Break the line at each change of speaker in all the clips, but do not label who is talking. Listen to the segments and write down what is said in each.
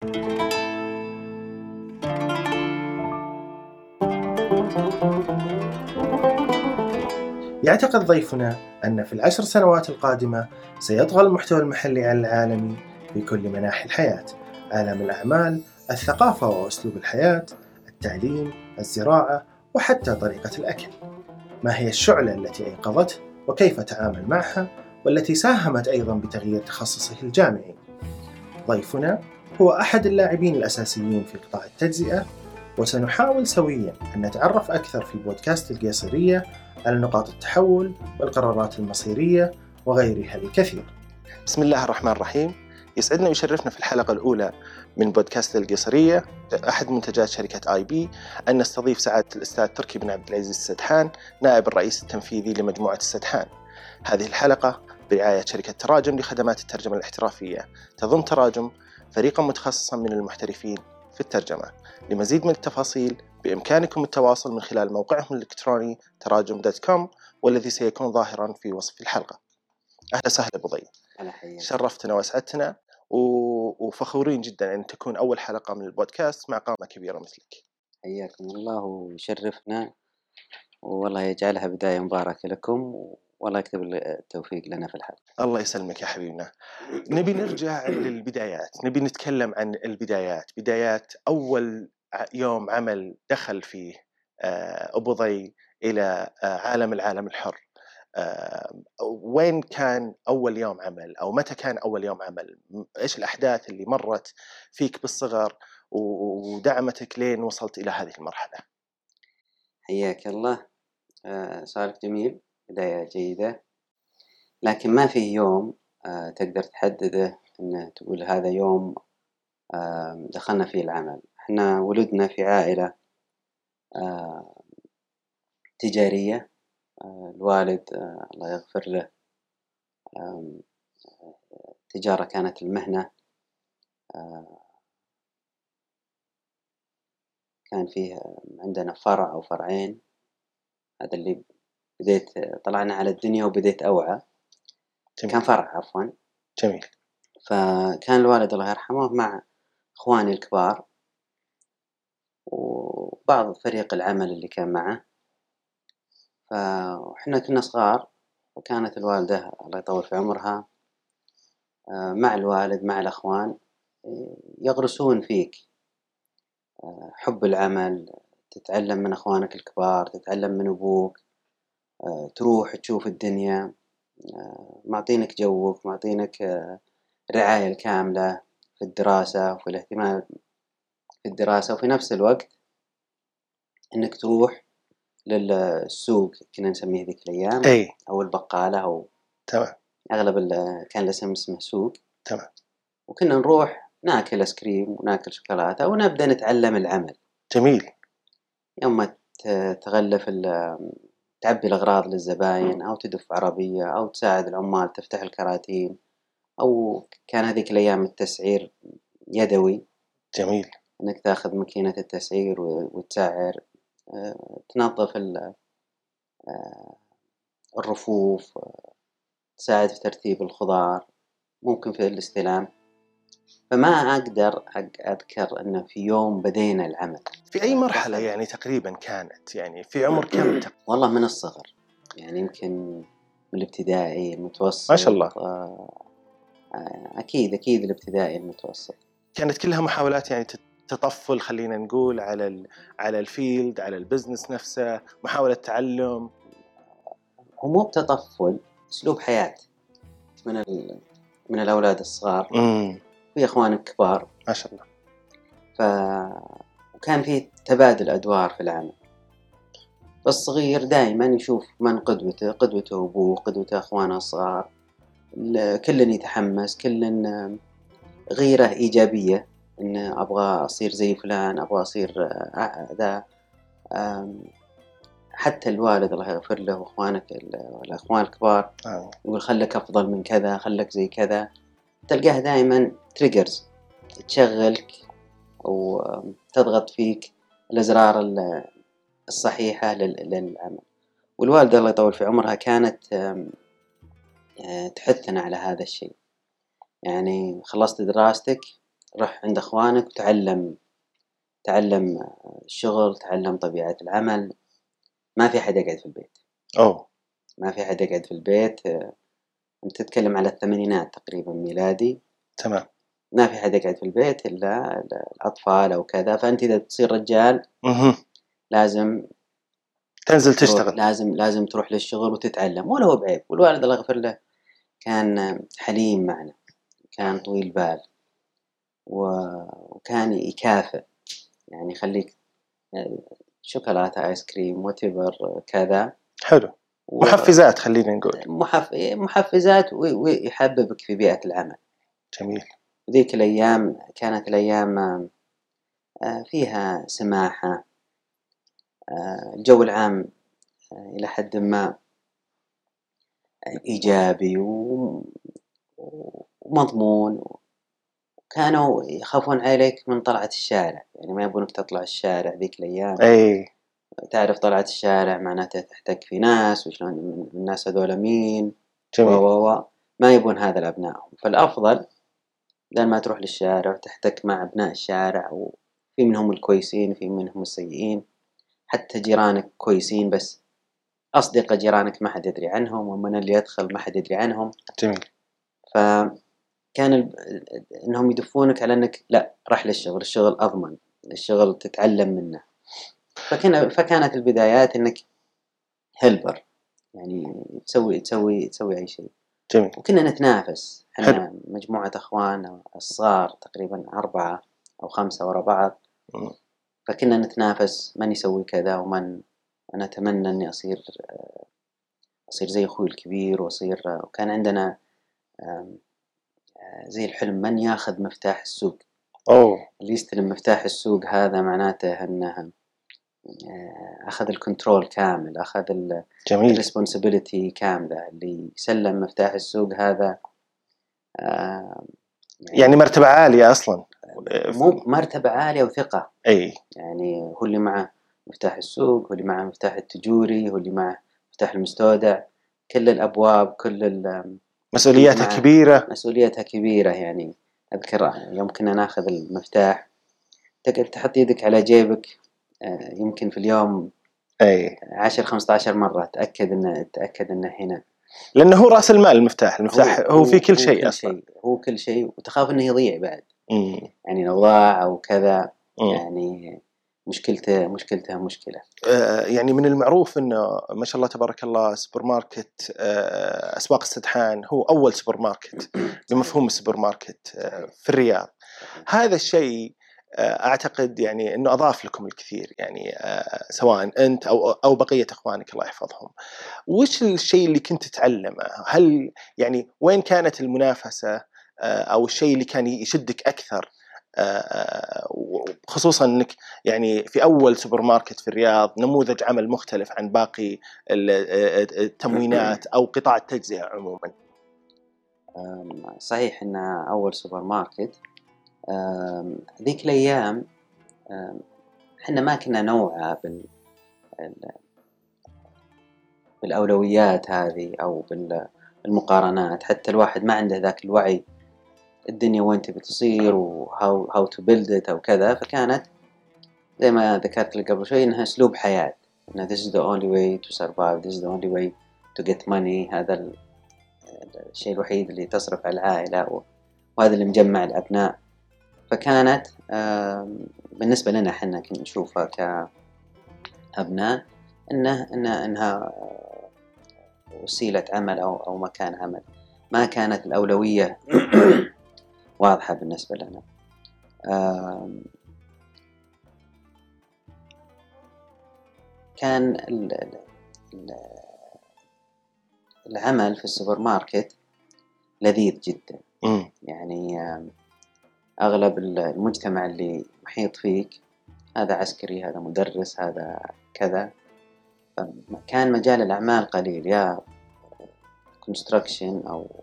يعتقد ضيفنا أن في ال10 سنوات القادمة سيطغى المحتوى المحلي على العالمي في كل مناحي الحياة، عالم الأعمال، الثقافة وأسلوب الحياة، التعليم، الزراعة، وحتى طريقة الأكل. ما هي الشعلة التي أيقظته وكيف تعامل معها، والتي ساهمت أيضا بتغيير تخصصه الجامعي؟ ضيفنا هو أحد اللاعبين الأساسيين في قطاع التجزئة، وسنحاول سويا أن نتعرف أكثر في بودكاست القيصرية على نقاط التحول والقرارات المصيرية وغيرها الكثير. بسم الله الرحمن الرحيم. يسعدنا ويشرفنا في الحلقة الأولى من بودكاست القيصرية، أحد منتجات شركة IB، أن نستضيف سعادة الأستاذ تركي بن عبد العزيز السدحان، نائب الرئيس التنفيذي لمجموعة السدحان. هذه الحلقة برعاية شركة تراجم لخدمات الترجمة الاحترافية، تضم تراجم فريقا متخصصا من المحترفين في الترجمة. لمزيد من التفاصيل بإمكانكم التواصل من خلال موقعهم الإلكتروني تراجم.com، والذي سيكون ظاهرا في وصف الحلقة. أهلا وسهلا أبو ضي، شرفتنا وأسعدتنا، وفخورين جدا أن تكون أول حلقة من البودكاست مع قامة كبيرة مثلك.
حياكم الله ويشرفنا، والله يجعلها بداية مباركة لكم، والله يكتب التوفيق لنا في الحلقة.
الله يسلمك يا حبيبنا. نبي نرجع للبدايات، نبي نتكلم عن البدايات، بدايات أول يوم عمل دخل فيه أبو ضي إلى العالم الحر. وين كان أول يوم عمل، أو متى كان أول يوم عمل؟ إيش الأحداث اللي مرت فيك بالصغر ودعمتك لين وصلت إلى هذه المرحلة؟
حياك الله. سؤالك جميل، بداية جيدة، لكن ما في يوم تقدر تحدده أن تقول هذا يوم دخلنا فيه العمل. احنا ولدنا في عائلة تجارية. الوالد الله يغفر له تجارة كانت المهنة. كان فيه عندنا فرع أو فرعين، هذا اللي بديت طلعنا على الدنيا وبديت أوعى. كان فرع عفوا.
جميل.
فكان الوالد الله يرحمه مع إخواني الكبار وبعض فريق العمل اللي كان معه. فإحنا كنا صغار، وكانت الوالدة الله يطول في عمرها مع الوالد مع الأخوان يغرسون فيك حب العمل، تتعلم من أخوانك الكبار، تتعلم من أبوك، تروح تشوف الدنيا، معطينك جوك، معطينك الرعاية الكاملة في الدراسة وفي الاهتمام في الدراسة، وفي نفس الوقت إنك تروح للسوق، كنا نسميه ذيك الأيام أو البقالة، أو
تمام.
أغلب كان الاسم اسمه سوق.
تمام.
وكنا نروح ناكل آيس كريم وناكل شوكولاتة ونبدأ نتعلم العمل.
جميل.
يوم ما تغلف تعبي الأغراض للزباين، أو تدف عربية، أو تساعد العمال تفتح الكراتين، أو كان هذيك الأيام التسعير يدوي.
جميل.
إنك تأخذ ماكينة التسعير وتسعر، تنظف الرفوف، تساعد في ترتيب الخضار، ممكن في الاستلام. فما أقدر أذكر أنه في يوم بدينا العمل.
في أي مرحلة يعني تقريبا كانت، يعني في عمر كم؟
والله من الصغر، يعني يمكن من الابتدائي المتوسط.
ما شاء الله.
أكيد الابتدائي المتوسط.
كانت كلها محاولات يعني تطفل، خلينا نقول، على الفيلد، على البزنس نفسه، محاولة تعلم.
هو مو بتطفل، أسلوب حياة من الأولاد الصغار في أخوان كبار
ما شاء الله.
وكان في تبادل أدوار في العمل. الصغير دائما يشوف من قدوته أبوه، قدوته أخوانه الصغار، كل يتحمس، كل غيرة إيجابية، إن أبغى أصير زي فلان، أبغى أصير ذا. حتى الوالد الله يغفر له وأخوانك الأخوان الكبار يقول خلك أفضل من كذا، خلك زي كذا. تلقاه دائما تريجرز تشغلك أو تضغط فيك الأزرار الصحيحة للعمل. والوالدة الله يطول في عمرها كانت تحثنا على هذا الشيء. يعني خلصت دراستك رح عند أخوانك وتعلم الشغل، تعلم طبيعة العمل. ما في أحد يقعد في البيت. ما في أحد يقعد في البيت. أنت تتكلم على الثمانينات تقريبا ميلادي.
تمام.
ما في أحد يقعد في البيت إلا الأطفال أو كذا. فأنت إذا تصير رجال لازم
تنزل تشتغل،
لازم تروح للشغل وتتعلم ولو بعيب. والوالد الله يغفر له كان حليم معنا، كان طويل بال، وكان يكافئ، يعني يخليك شوكولاتة، آيس كريم، واتيفر كذا.
حلو. محفزات، خلينا نقول
محفزات، ويحببك في بيئة العمل.
جميل.
ذيك الأيام كانت الأيام فيها سماحة. الجو العام إلى حد ما إيجابي ومضمون. كانوا يخافون عليك من طلعة الشارع، يعني ما يبونك تطلع الشارع ذيك الأيام. تعرف طلعة الشارع معناته تحتك في ناس، وشلون الناس هذول مين. ما يبون هذا لأبنائهم. فالأفضل بدل ما تروح للشارع وتحتك مع أبناء الشارع، وفي منهم الكويسين وفي منهم السيئين. حتى جيرانك كويسين بس أصدقاء جيرانك ما حد يدري عنهم، ومن اللي يدخل ما حد يدري عنهم.
جميل.
فكان إنهم يدفونك على إنك لا، رح للشغل، الشغل أضمن، الشغل تتعلم منه. فكانت البدايات إنك هلبر، يعني تسوي أي شيء.
جميل.
وكنا نتنافس إحنا مجموعة أخوان الصغار تقريبا 4 أو 5 ورا بعض. فكنا نتنافس من يسوي كذا ومن. أنا أتمنى إني أصير زي أخوي الكبير، وكان عندنا زي الحلم من ياخذ مفتاح السوق. اللي يستلم مفتاح السوق هذا معناته أنه أخذ الكنترول كامل، أخذ الريسبونسابيلتي كاملة. اللي يسلم مفتاح السوق هذا
يعني مرتبة عالية أصلا،
مو مرتبة عالية وثقة. يعني هو اللي معه مفتاح السوق، هو اللي معه مفتاح التجوري، هو اللي معه مفتاح المستودع. كل الأبواب، كل مسؤوليتها كبيرة. يعني أذكر يوم كنا ناخذ المفتاح تقعد تحط يدك على جيبك يمكن في اليوم 10-15 مرة تأكد إنه هنا،
لأنه هو رأس المال. المفتاح هو في كل شيء أصلا.
هو كل شيء، وتخاف إنه يضيع بعد. يعني لو ضاع أو كذا يعني مشكلته مشكلة.
يعني من المعروف إنه ما شاء الله تبارك الله سوبر ماركت أسواق السدحان هو أول سوبر ماركت بمفهوم السوبر ماركت في الرياض. هذا الشيء أعتقد يعني إنه أضاف لكم الكثير، يعني سواء أنت أو بقية أخوانك الله يحفظهم. وش الشيء اللي كنت تتعلمه؟ هل يعني وين كانت المنافسة أو الشيء اللي كان يشدك أكثر، خصوصا أنك يعني في أول سوبر ماركت في الرياض، نموذج عمل مختلف عن باقي التموينات أو قطاع التجزئة عموما؟
صحيح أن أول سوبر ماركت ذيك الأيام إحنا ما كنا نوعى بالأولويات هذه أو بالمقارنات. حتى الواحد ما عنده ذاك الوعي الدنيا وين تبي تصير how to build it أو كذا. فكانت زي ما ذكرت لك قبل شوي إنها أسلوب حياة، إنه this is the only way to survive, this is the only way to get money. هذا الشيء الوحيد اللي تصرف على العائلة، وهذا اللي مجمع الأبناء. فكانت بالنسبة لنا حنا كنا نشوفها كأبناء إنها وسيلة عمل أو مكان عمل. ما كانت الأولوية واضحة بالنسبة لنا. كان العمل في السوبر ماركت لذيذ جدا. يعني أغلب المجتمع اللي محيط فيك هذا عسكري، هذا مدرس، هذا كذا. كان مجال الأعمال قليل، يا construction أو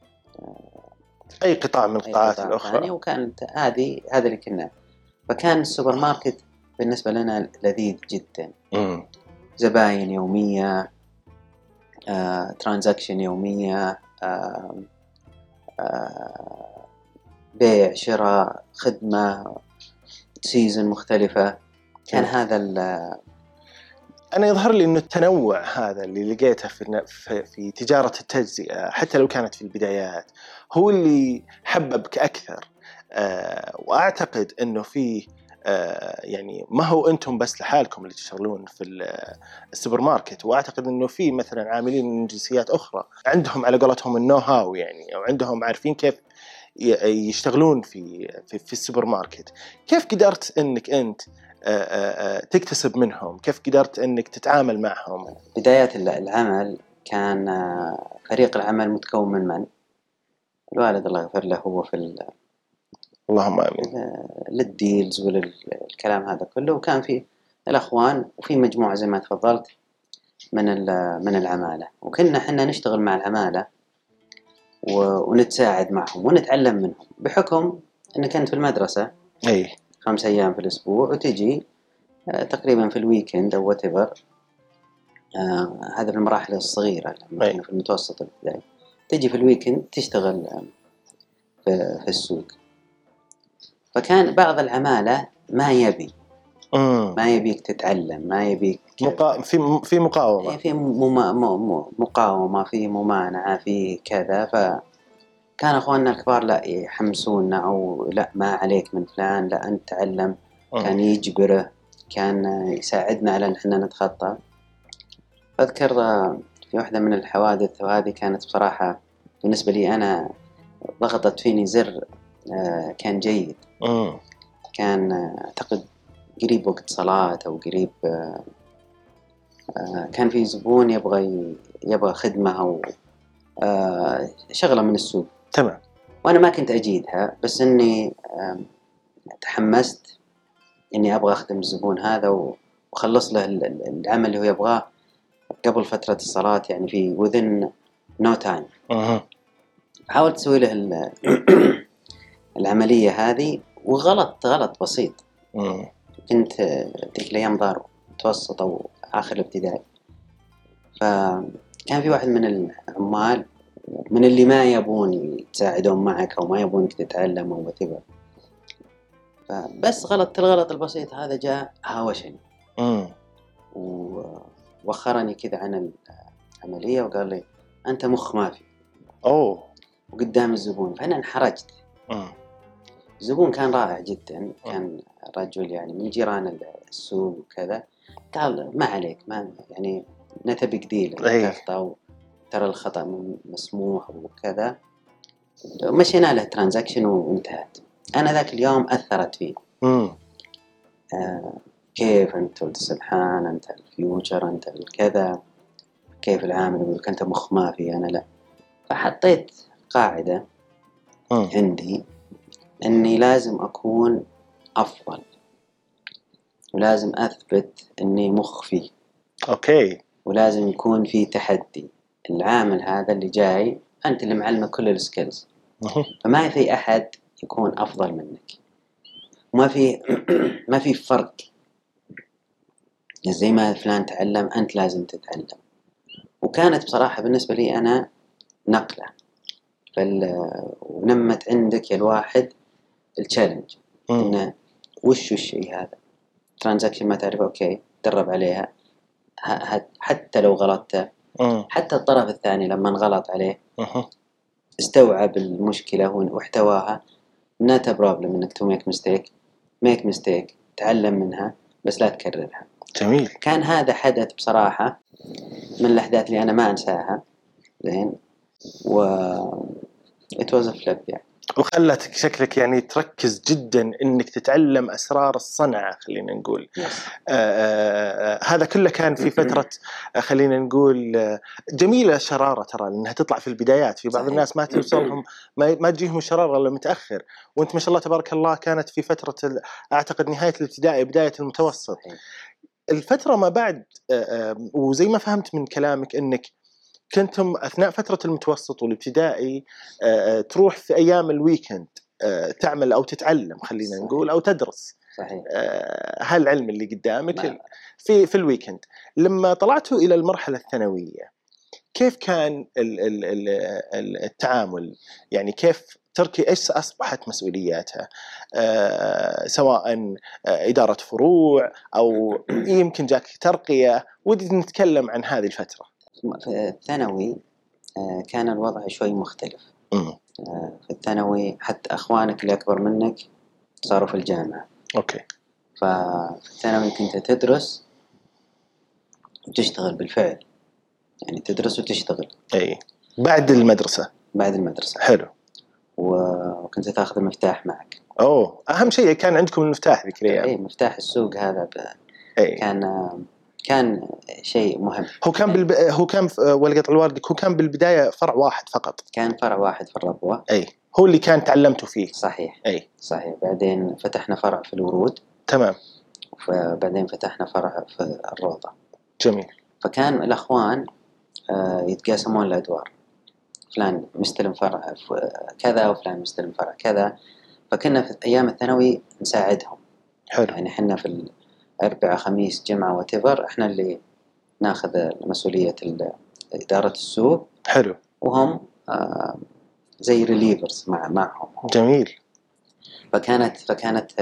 أي قطاع من القطاعات الأخرى.
وكانت هذا اللي كنا. فكان السوبر ماركت بالنسبة لنا لذيذ جدا. زباين يومية، ترانزاكشن يومية، بيع شراء خدمة سيزن مختلفة. كان هذا
أنا يظهر لي إنه التنوع هذا اللي لقيته في تجارة التجزئة حتى لو كانت في البدايات هو اللي حببك أكثر. وأعتقد إنه فيه يعني ما هو أنتم بس لحالكم اللي تشتغلون في السوبر ماركت، وأعتقد إنه في مثلا عاملين من جنسيات أخرى عندهم على قولتهم النو هاو، يعني أو عندهم عارفين كيف يشتغلون في السوبر ماركت. كيف قدرت إنك أنت تكتسب منهم؟ كيف قدرت أنك تتعامل معهم؟
بداية العمل كان فريق العمل متكون من الوالد الله يغفر له، هو في
اللهم آمين
للديلز وللكلام هذا كله، وكان في الأخوان وفي مجموعة زي ما تفضلت من العمالة، وكنا حنا نشتغل مع العمالة ونتساعد معهم ونتعلم منهم، بحكم أنك أنت في المدرسة 5 أيام في الأسبوع، وتجي تقريبا في الويكند أو whatever. هذا في المراحل الصغيرة. لما كنا في المتوسط الابتدائي تجي في الويكند تشتغل في السوق. فكان بعض العمالة ما يبيك تتعلم، ما يبيك
في مقاومة،
في مقاومة، في ممانعة، في كذا. فكان أخواننا الكبار لا يحمسونا، أو لا ما عليك من فلان، لا أنت تعلم. كان يجبره، كان يساعدنا على أن احنا نتخطى. أذكر في واحدة من الحوادث، وهذه كانت بصراحة بالنسبة لي أنا ضغطت فيني زر كان جيد. كان أعتقد قريب وقت صلاة أو قريب، كان في زبون يبغى خدمة أو شغلة من السوق.
تمام.
وأنا ما كنت أجيدها، بس إني تحمست إني أبغى أخدم الزبون هذا وخلص له العمل اللي هو يبغاه قبل فترة الصلاة، يعني في within no time. حاولت أسوي له العملية هذه، غلط بسيط. كنت تلك الأيام دار متوسط أو آخر الابتدائي. فكان في واحد من العمال من اللي ما يبون يتساعدون معك أو ما يبونك تتعلم أو whatever. فبس الغلط البسيط هذا جاء هاوشني ووخرني كذا عن العملية، وقال لي أنت مخ ما في وقدام الزبون. فأنا انحرجت. الزبون كان رائع جدا، كان رجل يعني من جيران السوق وكذا. قال ما عليك، ما يعني نتبك ديل تخطأ، ترى الخطأ مسموح وكذا. مشينا له ترانزاكشن وانتهت. أنا ذاك اليوم أثرت فيه. كيف أنت ولد سبحان، أنت الفيوتشر، أنت الكذا، كيف العامل يقولك أنت مخ ما في، أنا لا. فحطيت قاعدة عندي أني لازم أكون أفضل، ولازم أثبت أني مخ فيه. ولازم يكون في تحدي. العامل هذا اللي جاي أنت اللي معلمه كل السكيلز، فما في أحد يكون أفضل منك، ما في فرق. زي ما فلان تعلم أنت لازم تتعلم. وكانت بصراحة بالنسبة لي أنا نقلة. ونمت عندك يا الواحد التشالنج، إنه وش الشيء هذا، ترانزاكشن ما تعرف، أوكي درب عليها. حتى لو غلطت، حتى الطرف الثاني لما انغلط عليه استوعب المشكلة واحتواها. not a problem إنك to make mistake، تعلم منها بس لا تكررها.
جميل.
كان هذا حدث بصراحة من الأحداث اللي أنا ما أنساها. زين. it was a flip يعني.
وخلتك شكلك يعني تركز جدا انك تتعلم اسرار الصنعة، خلينا نقول. هذا كله كان في فترة خلينا نقول جميلة شرارة، ترى لانها تطلع في البدايات. في بعض الناس ما توصلهم، ما تجيهم الشرارة الا متأخر، وانت ما شاء الله تبارك الله كانت في فترة اعتقد نهاية الابتدائي بداية المتوسط. الفترة ما بعد، وزي ما فهمت من كلامك انك كنتم أثناء فترة المتوسط والابتدائي تروح في أيام الويكند تعمل أو تتعلم، خلينا نقول، أو تدرس.
صحيح.
هالعلم اللي قدامك في الويكند. لما طلعتوا إلى المرحلة الثانوية كيف كان التعامل؟ يعني كيف تركي إيش أصبحت مسؤولياتها؟ سواء إدارة فروع أو يمكن جاك ترقية. ودي نتكلم عن هذه الفترة.
في الثانوي كان الوضع شوي مختلف. في الثانوي حتى أخوانك اللي أكبر منك صاروا في الجامعة.
أوكي.
ففي الثانوي كنت تدرس وتشتغل بالفعل، يعني تدرس وتشتغل.
أي بعد المدرسة.
بعد المدرسة.
حلو.
وكنت تأخذ المفتاح معك.
أوه، أهم شيء كان عندكم المفتاح ذيك الأيام.
أي مفتاح السوق هذا
أي.
كان شيء مهم.
هو كان ولقط الوالد، هو كان بالبداية فرع واحد فقط.
كان فرع واحد في الربوة.
أي هو اللي كان تعلمته فيه.
صحيح.
أي
صحيح. بعدين فتحنا فرع في الورود.
تمام.
وبعدين فتحنا فرع في الروضة.
جميل.
فكان الأخوان يتقاسمون الأدوار، فلان مستلم فرع كذا وفلان مستلم فرع كذا. فكنا في أيام الثانوي نساعدهم.
حلو.
يعني إحنا في الأربعاء خميس جمعة وتفر إحنا اللي ناخذ مسؤولية إدارة السوق.
حلو.
وهم زي ريليفرز معهم.
جميل.
فكانت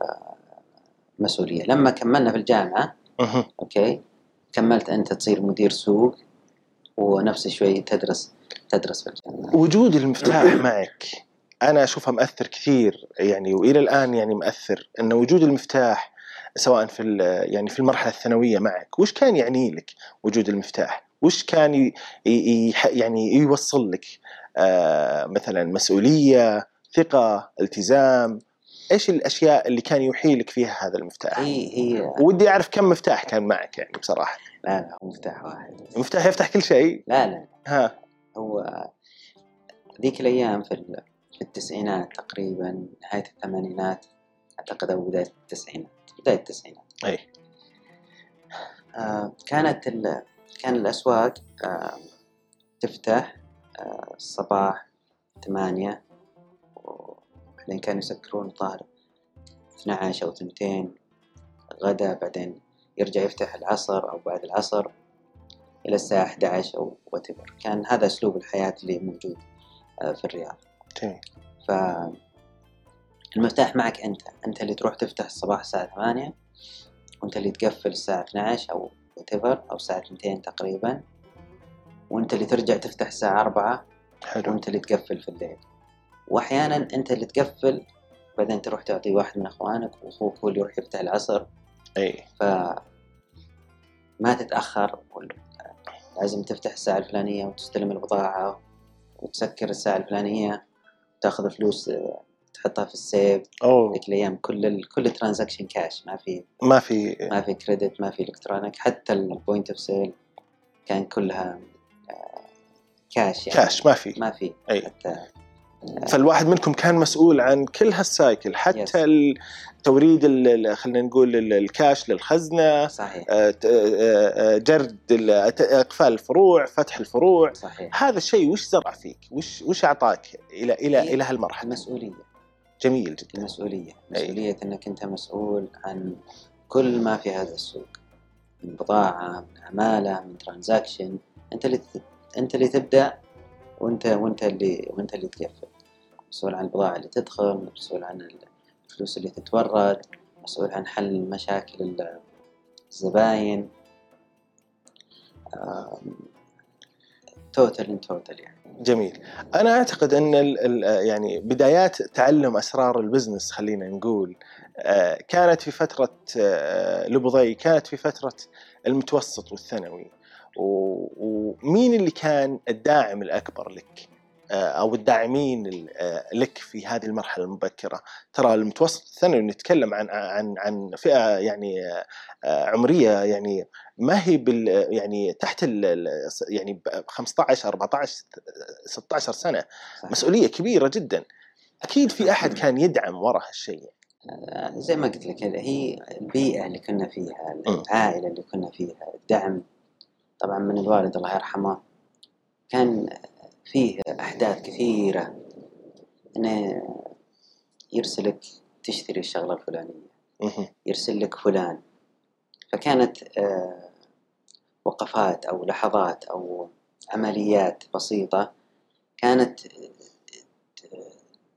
مسؤولية. لما كملنا في الجامعة أوكي كملت أنت تصير مدير سوق، ونفس شوي تدرس في الجامعة.
وجود المفتاح معك أنا أشوفها مؤثر كثير يعني، وإلى الآن يعني مؤثر أن وجود المفتاح سواء في يعني في المرحلة الثانوية معك. وش كان يعني لك وجود المفتاح؟ وش كان يعني يوصل لك؟ مثلا مسؤولية، ثقة، التزام. إيش الأشياء اللي كان يوحي لك فيها هذا المفتاح؟
هي
ودي أعرف كم مفتاح كان معك يعني بصراحة.
لا هو مفتاح واحد.
مفتاح يفتح كل شيء؟
لا
ها.
هو ذيك الأيام في التسعينات تقريبا، نهاية الثمانينات أعتقد أو بداية التسعينات.
أي.
كان الأسواق تفتح الصباح 8، وبعدين كانوا يسكرون الظهر 12 أو 2 غدا، بعدين يرجع يفتح العصر أو بعد العصر إلى الساعة 11 أو whatever. كان هذا أسلوب الحياة اللي موجود في الرياض. فالمفتاح معك أنت اللي تروح تفتح الصباح الساعة 8، وأنت اللي تقفل الساعة 12 أو whatever أو الساعة 2 تقريبا، وأنت اللي ترجع تفتح الساعة 4.
حلو.
وأنت اللي تقفل في الليل، وأحيانا أنت اللي تقفل بعدين تروح تعطي واحد من أخوانك، وأخوك هو اللي يروح يفتح العصر.
أي.
فما تتأخر، لازم تفتح الساعة الفلانية وتستلم البضاعة وتسكر الساعة الفلانية، تأخذ فلوس تحطها في السيف. ذيك الأيام كل ترانزاكشن كاش، ما في كريدت، ما في إلكترونيك. حتى البوينت اوف سيل كان كلها كاش يعني.
كاش ما في.
حتى
فالواحد منكم كان مسؤول عن كل هالسايكل، حتى توريد خلينا نقول الكاش للخزنة.
صحيح.
جرد اقفال الفروع، فتح الفروع.
صحيح.
هذا الشيء وش زرع فيك؟ وش اعطاك الى هالمرحلة؟
المسؤولية.
جميل جدا.
المسؤولية انك انت مسؤول عن كل ما في هذا السوق، من بضاعة، من عمالة، من ترانزاكشن. انت اللي تبدأ، وانت اللي تقفل. مسؤول عن البضاعة اللي تدخل، مسؤول عن الفلوس اللي تتورد، مسؤول عن حل مشاكل الزباين. توتال يعني.
جميل. أنا أعتقد أن يعني بدايات تعلم أسرار البزنس خلينا نقول كانت في فترة لبضي، كانت في فترة المتوسط والثانوي. ومين اللي كان الداعم الأكبر لك أو الداعمين لك في هذه المرحلة المبكرة؟ ترى المتوسط الثانوي نتكلم عن فئة يعني عمرية، يعني ما هي يعني تحت يعني 15 14 16 سنة. صحيح. مسؤولية كبيرة جدا. أكيد في أحد كان يدعم وراء هالشيء.
زي ما قلت لك، هي البيئة اللي كنا فيها، العائلة اللي كنا فيها، الدعم طبعا من الوالد الله يرحمه. كان فيه أحداث كثيرة إنه يرسلك تشتري الشغلة الفلانية، يرسل لك فلان. فكانت وقفات أو لحظات أو عمليات بسيطة كانت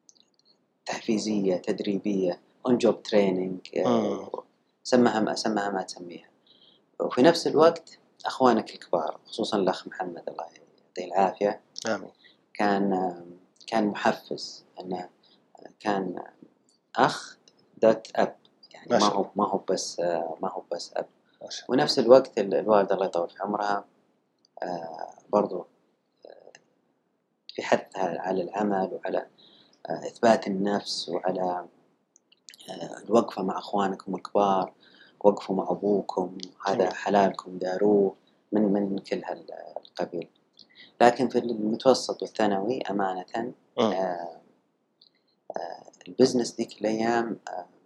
تحفيزية تدريبية on job training، سمها ما تسميها. وفي نفس الوقت أخوانك الكبار خصوصا الأخ محمد الله يعطيه العافية،
آمين.
كان محفز، أنه كان أخ ذات أب، يعني ما هو بس أب. ونفس الوقت الوالدة الله يطول في عمرها برضو في حثها على العمل وعلى إثبات النفس وعلى الوقفة مع أخوانكم الكبار، وقفوا مع أبوكم، هذا حلالكم داروه، من كل هالقبيل. لكن في المتوسط والثانوي أمانة البزنس ديك الأيام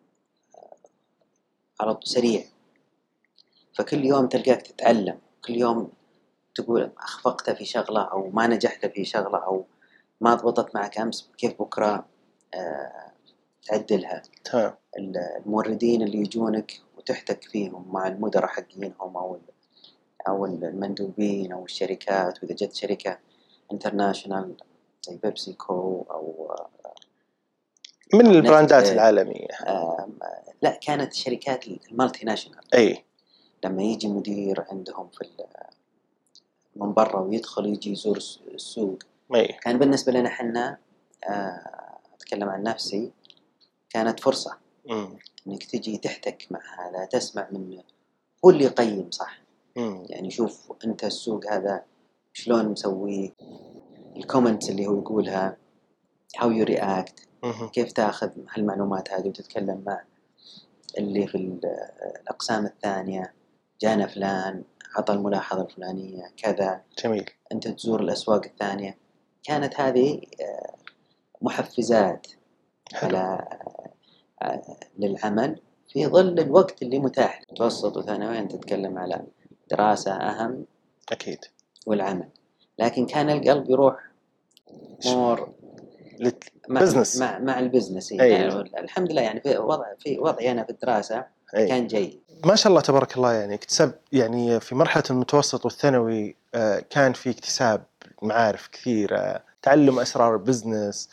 على سريع، فكل يوم تلقاك تتعلم، كل يوم تقول أخفقت في شغلة أو ما نجحت في شغلة أو ما ضبطت معك أمس، كيف بكرة تعدلها. الموردين اللي يجونك وتحتك فيهم مع المدراء حقينهم أو المندوبين أو الشركات، وإذا جت شركة انترناشونال زي بيبسي كو أو
من البراندات العالمية،
لا كانت شركات المالتي ناشونال. لما يجي مدير عندهم من برا ويدخل يجي يزور السوق، كان بالنسبة لنا حنا أتكلم عن نفسي، كانت فرصة إنك تجي تحتك مع هذا، تسمع منه هو اللي يقيم صح. يعني شوف أنت السوق هذا شلون مسوي، الكومنتس اللي هو يقولها how you react، كيف تأخذ هالمعلومات هذه وتتكلم مع اللي في الأقسام الثانية، جانا فلان عطى الملاحظة الفلانية كذا.
جميل.
أنت تزور الأسواق الثانية، كانت هذه محفزات على للعمل في ظل الوقت اللي متاح. متوسط وثانوي أنت تتكلم على دراسة أهم
أكيد
والعمل، لكن كان القلب يروح مور مع البزنس. يعني الحمد لله يعني في وضعي أنا في الدراسة كان جيد
ما شاء الله تبارك الله. يعني اكتسب يعني في مرحلة المتوسط والثانوي كان في اكتساب معارف كثيرة، تعلم أسرار البزنس.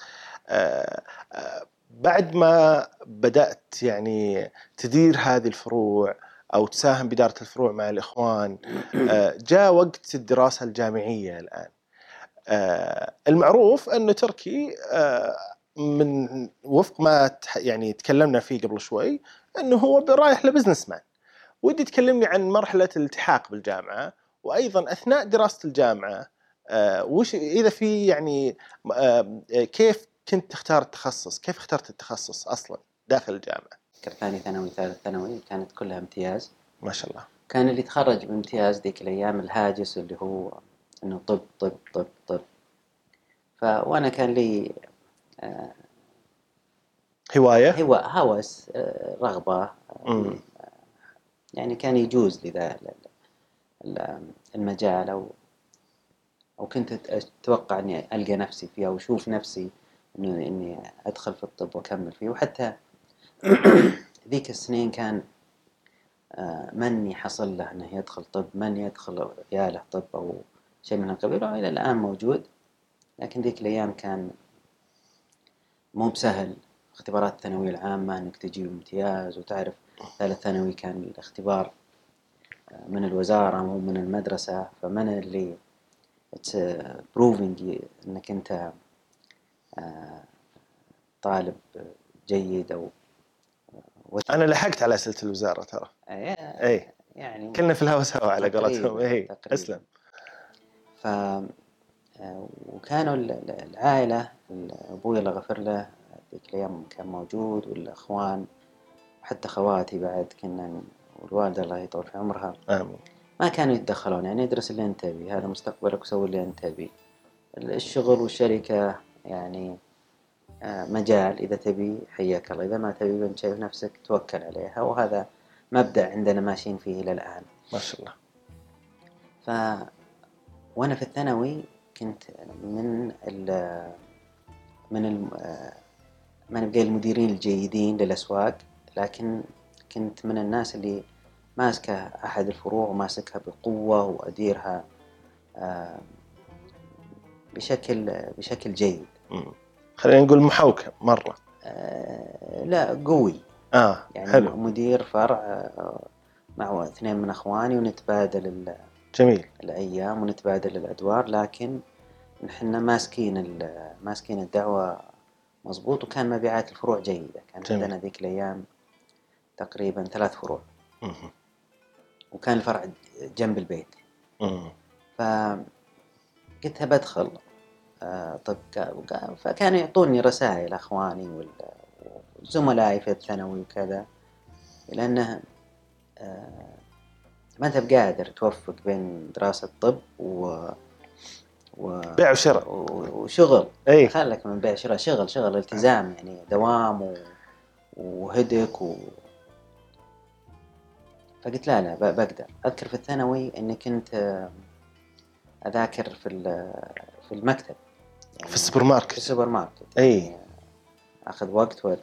بعد ما بدأت يعني تدير هذه الفروع أو تساهم بإدارة الفروع مع الإخوان، جاء وقت الدراسة الجامعية الآن. المعروف أنه تركي من وفق ما يعني تكلمنا فيه قبل شوي أنه هو رايح لبزنس مان. ودي تكلمني عن مرحلة الالتحاق بالجامعة، وأيضا أثناء دراسة الجامعة وش إذا في يعني كيف كنت تختار التخصص، كيف اخترت التخصص أصلا داخل الجامعة؟
ثاني ثانوي ثالث ثانوي كانت كلها امتياز
ما شاء الله.
كان اللي تخرج بامتياز ذيك الأيام الهاجس اللي هو إنه طب. وأنا كان لي
هواية
هوس رغبة، يعني كان يجوز لذا المجال، أو كنت أتوقع إني ألقى نفسي فيه أو أشوف نفسي إني أدخل في الطب وأكمل فيه. وحتى ذيك السنين كان من يحصل له أنه يدخل طب، من يدخل عياله طب أو شيء من القبيل، وإلى الآن موجود. لكن ذيك الأيام كان مو بسهل، اختبارات الثانوية العامة أنك تجيب امتياز، وتعرف ثالث ثانوي كان الاختبار من الوزارة مو من المدرسة، فمن اللي proving أنك أنت طالب جيد أو
أنا لحقت على أسئلة الوزارة ترى.
يعني
كلنا في الهوا سوا على قولتهم. أسلم.
وكانوا العائلة، أبوي الله غفر له ذيك الأيام كان موجود، والأخوان وحتى خواتي بعد كنا، والوالدة الله يطول في عمرها.
آمين.
ما كانوا يتدخلون، يعني ادرس اللي أنت تبي، هذا مستقبلك وسوي اللي أنت تبي. الشغل والشركة يعني مجال، إذا تبي حياك الله، إذا ما تبي بنت شايف نفسك توكل عليها. وهذا مبدأ عندنا ماشيين فيه إلى الآن
ما شاء الله.
وأنا في الثانوي كنت ما نبقى المديرين الجيدين للأسواق، لكن كنت من الناس اللي ماسكة أحد الفروع وماسكها بقوة وأديرها بشكل جيد.
خلينا نقول محوكم مرة.
لا قوي. يعني
حلو.
مدير فرع مع 2 من أخواني، ونتبادل
جميل.
الأيام ونتبادل الأدوار، لكن نحن ماسكين الدعوة مظبوط. وكان مبيعات الفروع جيدة، كان
جميل.
عندنا ذيك الأيام تقريبا 3 فروع.
مم.
وكان الفرع جنب البيت. فقلت بدخل طب فكانوا يعطوني رسائل أخواني وزملائي في الثانوي وكذا، لأنه ما أنت بقادر توفق بين دراسة طب
بيع وشراء
وشغل.
أي.
خلك من بيع شراء، شغل التزام، يعني دوام وهدك فقلت لا بقدر. أذكر في الثانوي إني كنت أذاكر في المكتب، يعني
في السوبر ماركت.
يعني
أي.
أخذ وقت.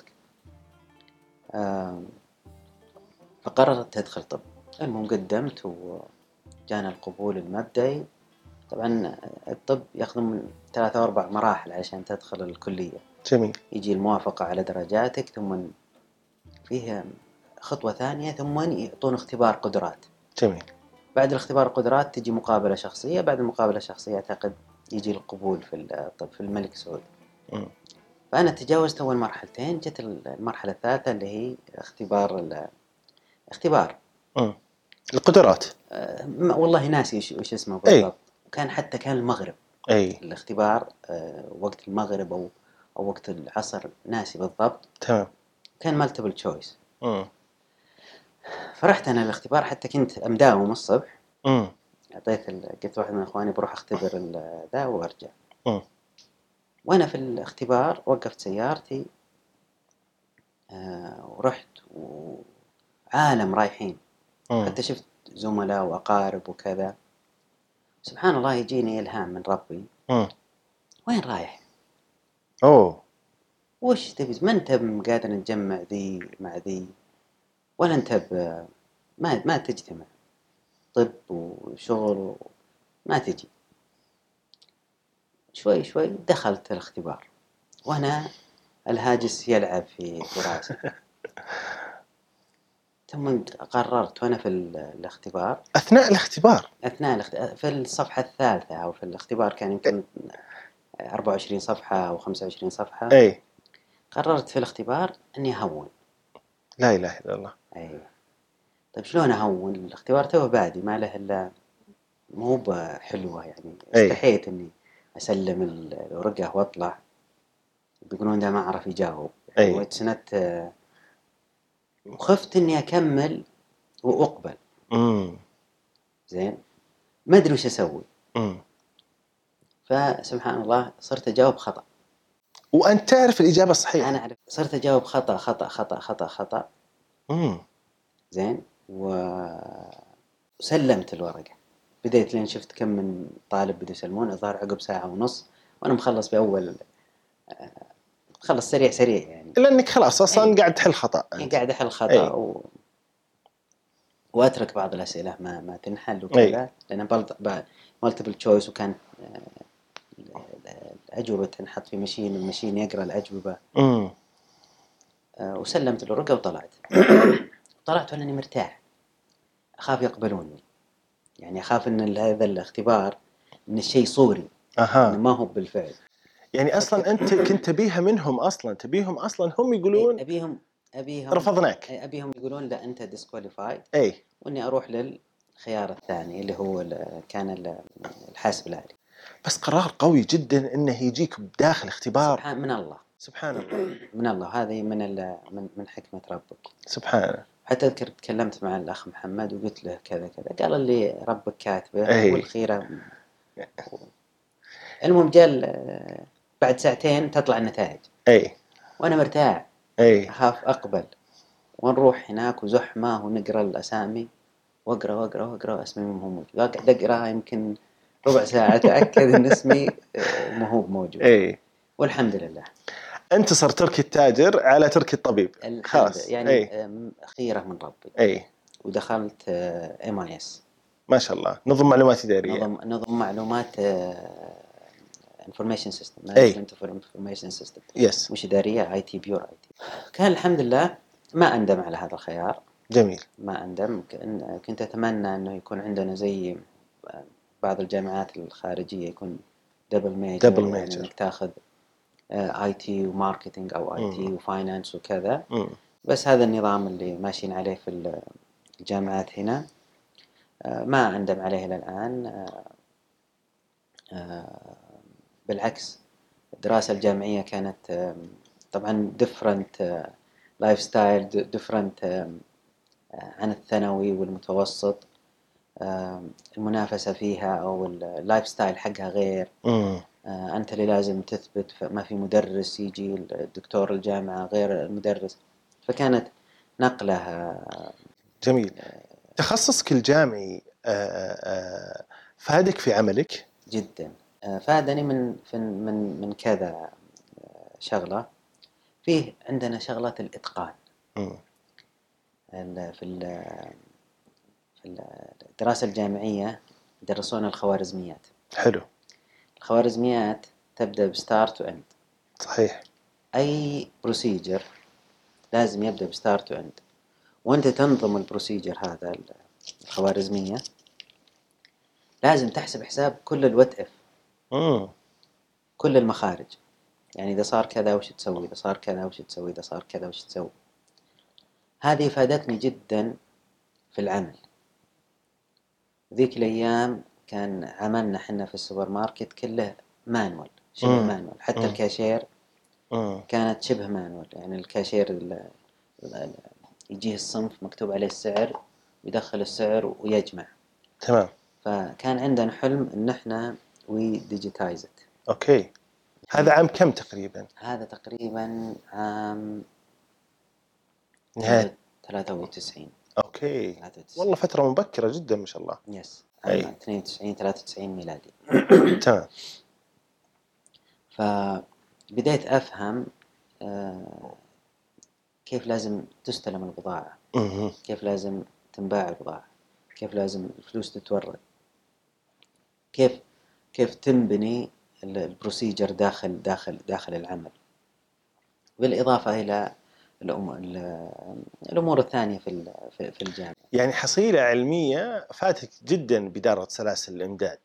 فقررت أدخل طب. المهم قدمت وجانا القبول المبدئي. طبعا الطب يأخذ من 3 أو 4 مراحل عشان تدخل الكلية.
جميل.
يجي الموافقة على درجاتك، ثم فيه خطوة ثانية، ثم يعطون اختبار قدرات.
جميل.
بعد الاختبار القدرات تجي مقابلة شخصية. بعد المقابلة الشخصية أعتقد يجي القبول في الطب في الملك سعود. فأنا تجاوزت أول مرحلتين، جت المرحلة الثالثة اللي هي اختبار
القدرات.
والله ناسي وش اسمه
أي.
بالضبط. كان المغرب.
أي.
الاختبار وقت المغرب أو وقت العصر، ناسي بالضبط.
تمام.
كان مالتيبل تشويس. فرحت أنا الاختبار، حتى كنت أمداوم الصبح. قلت واحد من إخواني بروح أختبر ذا وأرجع. وأنا في الاختبار وقفت سيارتي ورحت، وعالم رايحين. حتى شفت زملاء وأقارب وكذا. سبحان الله يجيني إلهام من ربي. وين رايح؟ وش تبي؟ ما أنت قادر نتجمع ذي مع ذي، ولا أنت ما تجتمع. طب وشغل ما تجي. شوي شوي دخلت الاختبار، وأنا الهاجس يلعب في راسي. ثم قررت وأنا في الاختبار،
أثناء الاختبار
في الصفحة الثالثة، أو في الاختبار كان يمكن 24 صفحة أو 25 صفحة.
أي.
قررت في الاختبار أني أهون.
لا إله إلا الله.
أي. طيب شلون أهون؟ الاختبار توه بادي، ما له إلا مو بحلوة يعني. استحيت أني أسلم الورقة وأطلع بيقولون ده ما عرف يجاوب يعني. واتسندت وخفت أني أكمل وأقبل. زين، ما أدري وش أسوي. فسبحان الله صرت أجاوب خطأ.
وأنت تعرف الإجابة الصحيحة.
أنا أعرف، صرت أجاوب خطأ خطأ خطأ خطأ خطأ. زين، وسلمت الورقة. بديت لين شفت كم من طالب بدوا يسلمون، الظاهر عقب 1.5 ساعة، وأنا مخلص بأول خلص سريع يعني.
لأنك خلاص أصلاً قاعد تحل خطأ.
يعني قاعد أحل خطأ وأترك بعض الأسئلة ما تنحل وكذا. لأن مالتيبل تشويس، وكان الأجوبة تنحط في ماشين، والماشين يقرأ الأجوبة. وسلمت الورقة وطلعت. طلعت وأنني مرتاح. أخاف يقبلوني، يعني أخاف أن هذا الاختبار أن الشيء صوري، إنه ما هو بالفعل.
يعني أصلاً أنت كنت تبيهم أصلاً هم يقولون
أبيهم
رفضناك.
أبيهم يقولون لا أنت ديسكواليفايد. وإني أروح للخيار الثاني اللي هو كان الحاسب الآلي.
بس قرار قوي جداً إنه يجيك بداخل اختبار.
من الله. سبحان الله. من الله. هذه من حكمة ربك.
سبحانه.
حتى أذكر تكلمت مع الأخ محمد وقلت له كذا قال لي ربك كاتبه والخيرة. المهم بعد 2 ساعة تطلع النتائج. وأنا مرتاح. أخاف أقبل، ونروح هناك وزحمة ونقرأ الأسامي، وأقرأ اسمي مو موجود. قاعد أقرأ يمكن ربع ساعة أتأكد إن اسمي مو موجود. والحمد لله.
أنت صرت تركي التاجر على تركي الطبيب.
خلاص يعني خيرة من ربي. ودخلت MIS.
ما شاء الله، نظم معلومات إدارية.
نظم معلومات انفورميشن سيستم،
أي.
مانجمنت اوف انفورميشن سيستم،
يس.
مش اداريه، اي تي، بيور اي تي. كان الحمد لله ما اندم على هذا الخيار،
جميل.
ما أندم. كنت أتمنى أنه يكون عندنا زي بعض الجامعات الخارجية يكون دبل ميجر، يعني أنك تاخذ اي تي وماركتينج أو اي تي وفاينانس وكذا. بس هذا النظام اللي ماشيين عليه في الجامعات هنا، ما أندم عليه إلى الآن. بالعكس، الدراسة الجامعية كانت طبعا different lifestyle different عن الثانوي والمتوسط. المنافسة فيها أو اللايف ستايل حقها غير. أنت اللي لازم تثبت، ما في مدرس يجي الدكتور الجامعة غير المدرس، فكانت نقلة.
جميل. تخصصك الجامعي فادك في عملك؟
جدا فادني من كذا شغلة. فيه عندنا شغلات الإتقان. في الدراسة الجامعية يدرسون الخوارزميات.
حلو.
الخوارزميات تبدأ بستارت وإند.
صحيح.
أي بروسيجر لازم يبدأ بستارت وإند، وأنت تنظم البروسيجر هذا الخوارزمية، لازم تحسب حساب كل الوات إف، كل المخارج. يعني إذا صار كذا وش تسوي، إذا صار كذا وش تسوي، إذا صار كذا وش تسوي. هذه فادتني جدا في العمل. ذيك الأيام كان عملنا حنا في السوبر ماركت كله مانوال، شبه مانوال. حتى الكاشير كانت شبه مانوال. يعني الكاشير يجيه الصنف مكتوب عليه السعر، يدخل السعر ويجمع.
تمام.
فكان عندنا حلم إن إحنا ديجيتايز.
أوكي. هذا عام كم تقريبا؟
هذا تقريبا عام
نهاية
93.
أوكي.
93.
والله فترة مبكرة جدا ما شاء الله.
يس. عام 92 93 ميلادي.
تمام.
فبديت أفهم كيف لازم تستلم البضاعة، كيف لازم تنباع البضاعة، كيف لازم الفلوس تتورد، كيف تنبني البروسيجر داخل العمل، بالإضافة إلى الأمور الثانية في الجامعة.
يعني حصيلة علمية فاتك جدا بدارة سلاسل الإمداد.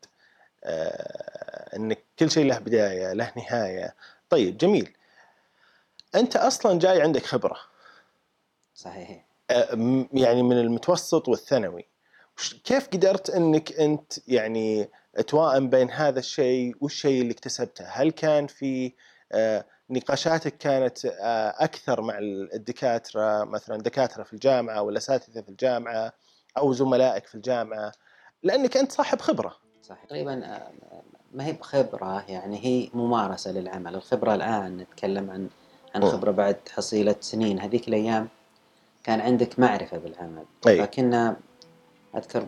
أنك كل شيء له بداية له نهاية. طيب جميل. أنت أصلا جاي عندك خبرة.
صحيح.
يعني من المتوسط والثانوي، كيف قدرت أنك أنت يعني توائم بين هذا الشيء والشيء اللي اكتسبته؟ هل كان في نقاشاتك كانت أكثر مع الدكاترة، مثلا دكاترة في الجامعة ولا أساتذة في الجامعة أو زملائك في الجامعة، لأنك أنت صاحب خبرة؟
صحيح. تقريبا ما هي بخبرة، يعني هي ممارسة للعمل. الخبرة الآن نتكلم عن خبرة بعد حصيلة سنين. هذيك الأيام كان عندك معرفة بالعمل.
أي.
فكنا أذكر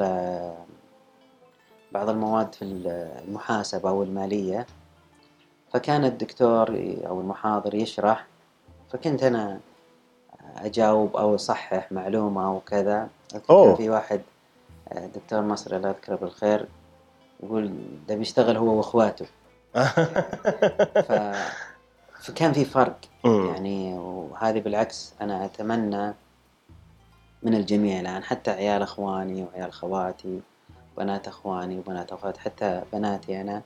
بعض المواد في المحاسبة أو المالية، فكان الدكتور أو المحاضر يشرح، فكنت أنا أجاوب أو أصحح معلومة أو كذا. كان في واحد دكتور مصري الله يذكره بالخير يقول ده بيشتغل هو وأخواته. فكان في فرق يعني. وهذه بالعكس أنا أتمنى من الجميع الآن، حتى عيال أخواني وعيال خواتي، بنات أخواني وبنات أخواتي، حتى بناتي أنا،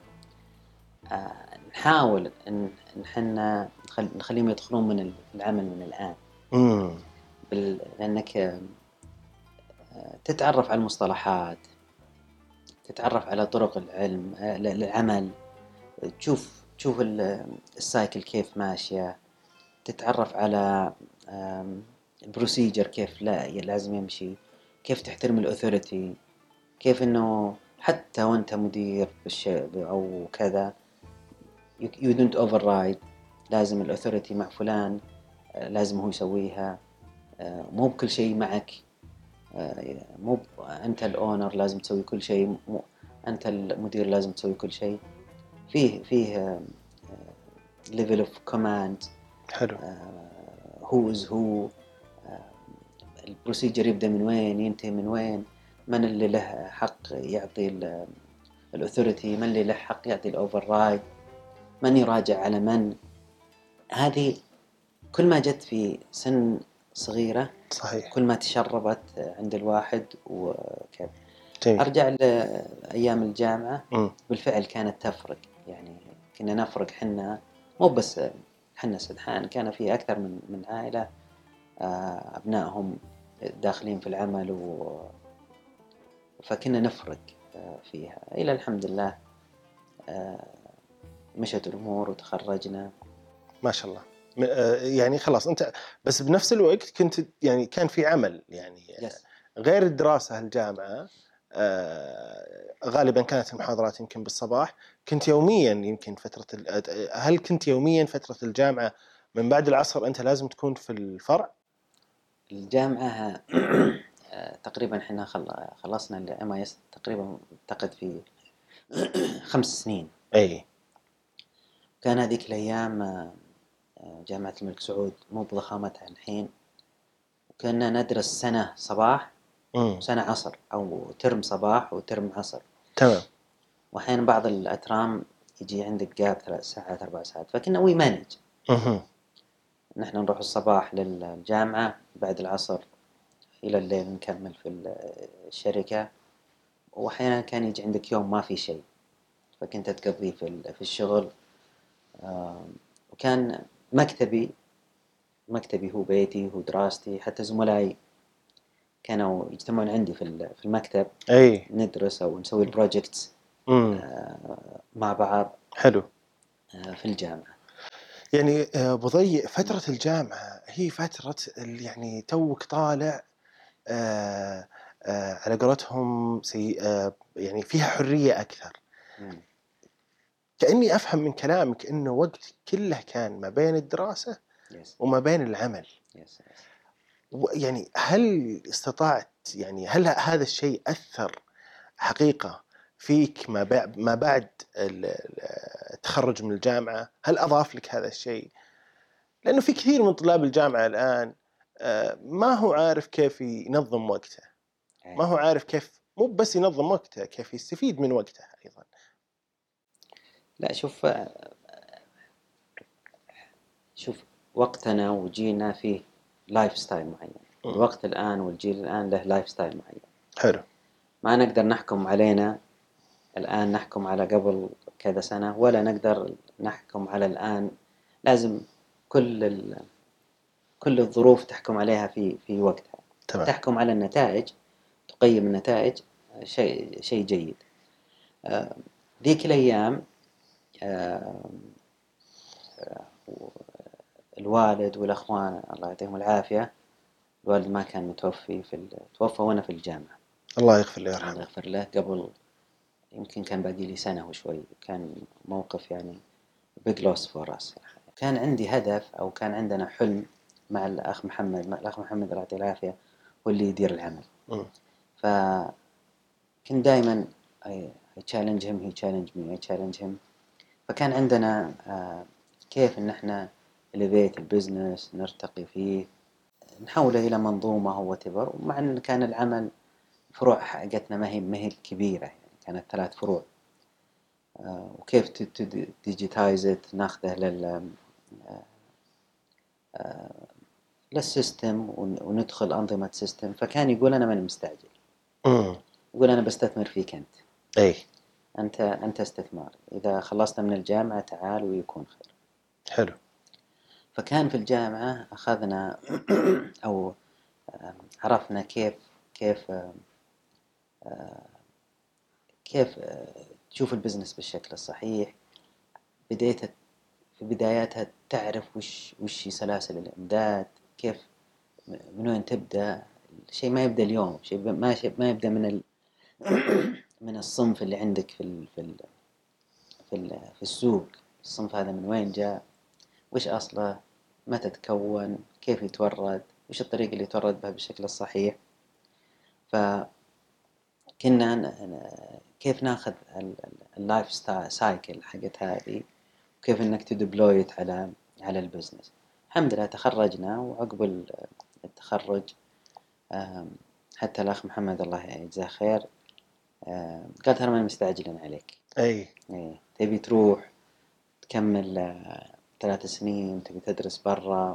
نحاول إن حنا نخليهم يدخلون من العمل من الآن. لأنك تتعرف على المصطلحات، تتعرف على طرق العمل، تشوف السايكل كيف ماشية، تتعرف على البروسيجر كيف لازم يمشي، كيف تحترم الأثوريتي، كيف إنه حتى وأنت مدير أو كذا you don't override. لازم الأثوريتي مع فلان، لازم هو يسويها، مو بكل شيء معك. مو أنت الأونر لازم تسوي كل شيء، أنت المدير لازم تسوي كل شيء. فيه level of command.
حلو.
who is who. البروسيجر يبدأ من وين ينتهي من وين، من اللي له حق يعطي الأثوريتي، من اللي له حق يعطي الأوفر رايد. من يراجع على من. هذه كل ما جت في سن صغيرة
صحيح.
كل ما تشربت عند الواحد وكذا.
جميل.
أرجع لأيام الجامعة،
مم.
بالفعل كانت تفرق، يعني كنا نفرق حنا، مو بس حنا سدحان، كان في أكثر من عائلة أبنائهم داخلين في العمل فكنا نفرق فيها إلى الحمد لله مشت الأمور وتخرجنا.
ما شاء الله. يعني خلاص أنت بس بنفس الوقت كنت يعني كان في عمل يعني
يس.
غير الدراسة الجامعة. غالبا كانت المحاضرات يمكن بالصباح، كنت يوميا يمكن هل كنت يوميا فترة الجامعة من بعد العصر أنت لازم تكون في الفرع؟
الجامعة تقريبا احنا خلصنا ال MIS تقريبا اعتقد في 5 سنين.
أي.
كان هذيك الأيام جامعة الملك سعود مو بضخامتها الحين، وكنا ندرس سنة صباح وسنة عصر، أو ترم صباح وترم عصر.
تمام.
وأحيانا بعض الأترام يجي عندك جاب 3 ساعات 4 ساعات، فكنا وي مانج. نحن نروح الصباح للجامعة، بعد العصر إلى الليل نكمل في الشركة. وأحيانا كان يجي عندك يوم ما في شيء فكنت تقضيه في الشغل. وكان مكتبي هو بيتي هو دراستي. حتى زملائي كانوا يجتمعون عندي في المكتب،
أي.
ندرس أو نسوي البروجيكتس مع بعض.
حلو.
في الجامعة
يعني أبو ضي، فترة الجامعة هي فترة اللي يعني توك طالع على قولتهم يعني فيها حرية أكثر. كأني أفهم من كلامك إنه وقت كله كان ما بين الدراسة وما بين العمل. يعني هل استطعت، يعني هل هذا الشيء أثر حقيقة فيك ما بعد التخرج من الجامعة؟ هل أضاف لك هذا الشيء؟ لأنه في كثير من طلاب الجامعة الآن ما هو عارف كيف ينظم وقته، ما هو عارف كيف مو بس ينظم وقته، كيف يستفيد من وقته أيضا.
لا شوف وقتنا وجيلنا فيه لايف ستايل معين. الوقت الآن والجيل الآن له لايف ستايل معين.
حلو.
ما نقدر نحكم علينا الآن نحكم على قبل كذا سنة، ولا نقدر نحكم على الآن. لازم كل الظروف تحكم عليها في وقتها.
تمام.
تحكم على النتائج، تقيم النتائج، شيء جيد. ذيك الأيام الوالد والأخوان الله يعطيهم العافية، الوالد ما كان متوفي توفى وأنا في الجامعة،
الله يغفر له
الله
ويرحمه.
يغفر له. قبل يمكن كان باقي لي سنة وشوي. كان موقف يعني big loss for us. كان عندي هدف أو كان عندنا حلم مع الأخ محمد الله يعطيه العافية هو اللي يدير العمل. فكنت دائما I challenge him, he challenge me, I challenge him. فكان عندنا كيف إن إحنا elevate البزنس، نرتقي فيه، نحوله إلى منظومة هو تبر. ومع أن كان العمل فروع حقتنا ما هي كبيرة، يعني كانت 3 فروع. وكيف تديجيتايزت ناخذه للسيستم وندخل أنظمة سيستم. فكان يقول أنا ماني مستعجل، يقول أنا بستثمر فيك أنت.
أي.
أنت استثمار، إذا خلصت من الجامعة تعال ويكون خير.
حلو.
فكان في الجامعة أخذنا أو عرفنا كيف كيف تشوف البزنس بالشكل الصحيح. في بداياتها تعرف وش سلاسل الإمداد، كيف من وين تبدأ. شيء ما يبدأ اليوم، شيء ما يبدأ من الصنف اللي عندك في السوق. الصنف هذا من وين جاء، وش أصله، متى تكون، كيف يتورد، وش الطريقة اللي يتورد بها بالشكل الصحيح. فكنا كيف ناخذ اللايف سايكل حقت هذه، وكيف انك تدبلويت على البزنس. الحمد لله تخرجنا، وعقب التخرج حتى الأخ محمد الله يجزاه خير قال ترى ما مستعجلين عليك.
أي.
تبي تروح تكمل 3 سنين تبي تدرس برا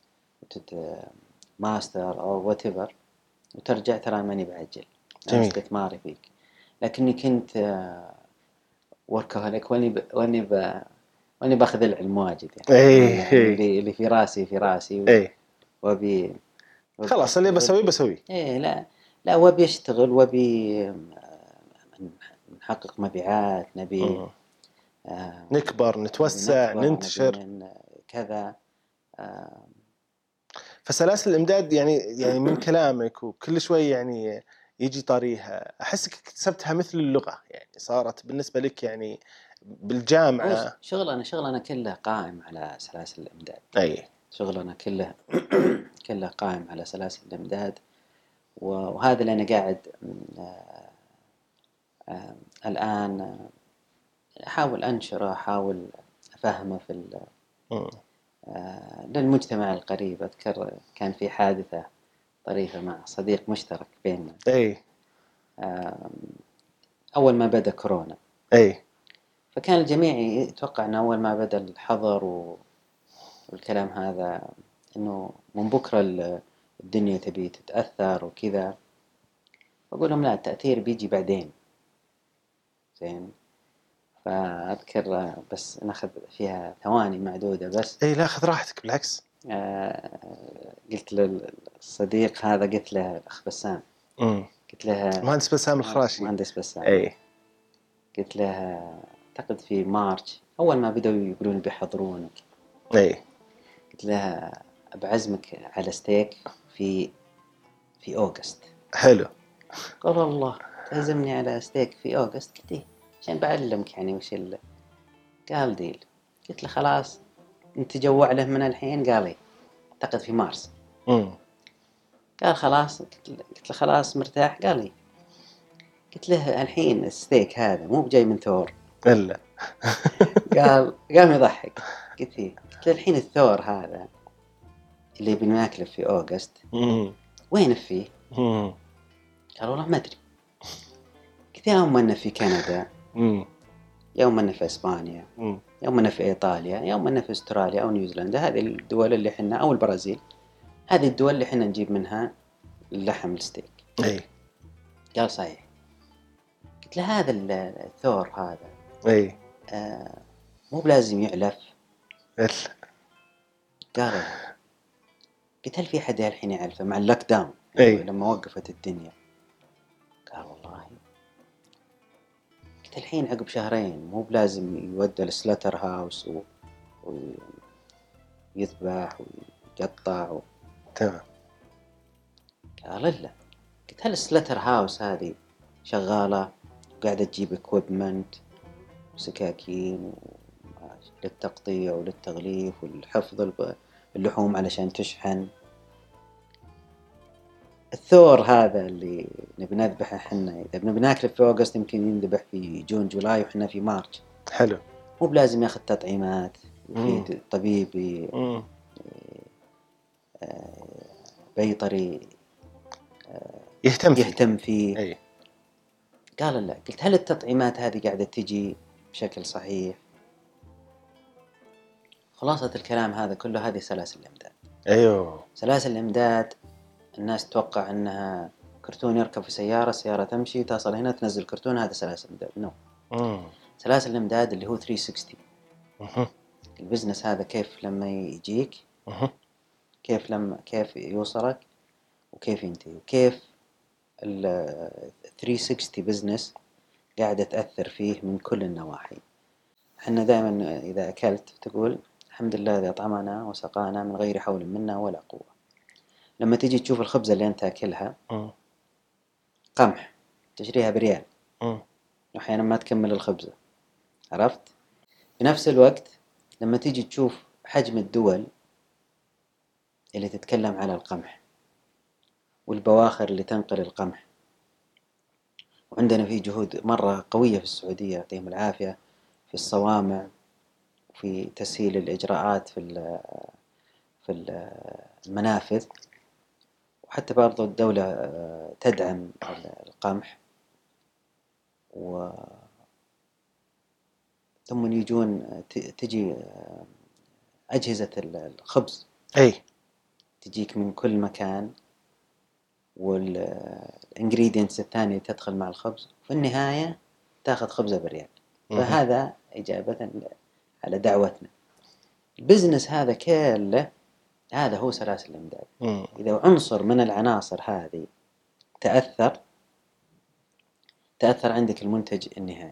ماستر أو whatever وترجع، ترى ماني بعجل، أنا
جميل.
استثماري فيك. لكني كنت workaholic واني باخذ العلم واجد يعني اللي في راسي وابي
خلاص اللي بسوي.
لا وابي اشتغل، وابي نحقق مبيعات، نبي
نكبر، نتوسع، ننتشر
كذا.
فسلاسل الإمداد يعني من كلامك وكل شوي يعني يجي طاريها، أحسك اكتسبتها مثل اللغة، يعني صارت بالنسبة لك يعني بالجامعة.
شغلنا كله قائم على سلاسل الإمداد. شغلنا كله قائم على سلاسل الإمداد، وهذا اللي أنا قاعد الآن أحاول أنشره، أحاول أفهمه في للمجتمع القريب. أذكر كان في حادثة طريفة مع صديق مشترك بيننا. أول ما بدأ كورونا، فكان الجميع يتوقع أن أول ما بدأ الحظر والكلام هذا إنه من بكرة الدنيا تبي تتأثر وكذا. أقول لهم لا، التأثير بيجي بعدين. زين، فأذكر بس ناخذ فيها ثواني معدودة بس.
لا خذ راحتك بالعكس.
قلت للصديق هذا، قلت له الأخ بسام، قلت له
مهندس بسام الخراشي.
مهندس بسام. قلت له أعتقد في مارس أول ما بدأوا يقولون بيحضرونك، قلت له بعزمك على ستيك في أوغست.
حلو.
قال الله تعزمني على ستيك في أوغست؟ قلت إيه عشان بعلمك يعني وش قال ديل. قلت له خلاص انت جوع له من الحين؟ قال لي اعتقد في مارس. قال خلاص. قلت له خلاص مرتاح؟ قال لي. قلت له الحين الستيك هذا مو بجاي من ثور
إلا
قام يضحك. قلت له الحين الثور هذا اللي بناكله في أوغست وين فيه؟ قال والله ما أدري. قلت يوم أنه في كندا، يوم أنه في إسبانيا، يوم أنه في إيطاليا، يوم أنه في أستراليا أو نيوزيلندا. هذه الدول اللي حنا، أو البرازيل، هذه الدول اللي حنا نجيب منها اللحم الستيك. قال صحيح. قلت له هذا الثور هذا مو بلازم يعلف؟ قال قلت هل في حد الحين يعرفه مع اللوك داون لما وقفت الدنيا؟ قال والله. قلت الحين عقب شهرين مو بلازم يودى السلاتر هاوس ويذبح ويقطع
تمام.
قال لا. قلت هل السلاتر هاوس هذه شغالة وقاعدة تجيب اكويبمنت وسكاكين للتقطيع وللتغليف والحفظ اللحوم علشان تشحن؟ الثور هذا اللي نبي نذبحه حنا، إذا بنبي ناكله في أوغست يمكن ينذبح في جون جولاي وحنا في مارس.
حلو.
مو بلازم ياخذ تطعيمات وفي طبيب بيطري يهتم فيه. قال لا. قلت هل التطعيمات هذه قاعدة تجي بشكل صحيح؟ خلاصة الكلام هذا كله هذه سلاسل الإمداد. سلاسل الإمداد الناس تتوقع أنها كرتون يركب في السيارة تمشي تصل هنا تنزل كرتون، هذا سلاسل الإمداد. سلاسل الإمداد اللي هو 360. البزنس هذا كيف لما يجيك، كيف يوصلك، وكيف ينتهي، وكيف 360 بزنس قاعدة تأثر فيه من كل النواحي. احنا دائما إذا أكلت تقول الحمد لله الذي أطعمنا وسقانا من غير حول منا ولا قوة. لما تيجي تشوف الخبزة اللي أنت أكلها قمح تشتريها بريال، وأحيانا ما تكمل الخبزة، عرفت؟ في نفس الوقت لما تيجي تشوف حجم الدول اللي تتكلم على القمح والبواخر اللي تنقل القمح، وعندنا في جهود مرة قوية في السعودية يعطيهم العافية في الصوامع وفي تسهيل الإجراءات في المنافذ، وحتى برضو الدولة تدعم القمح ثم يجون تجي أجهزة الخبز
أي
تجيك من كل مكان، والإنجريدينتس الثانية تدخل مع الخبز، في النهاية تأخذ خبزة بريال. فهذا إجابة على دعوتنا. البزنس هذا كله هذا هو سلاسل الإمداد. إذا عنصر من العناصر هذه تأثر عندك المنتج النهائي.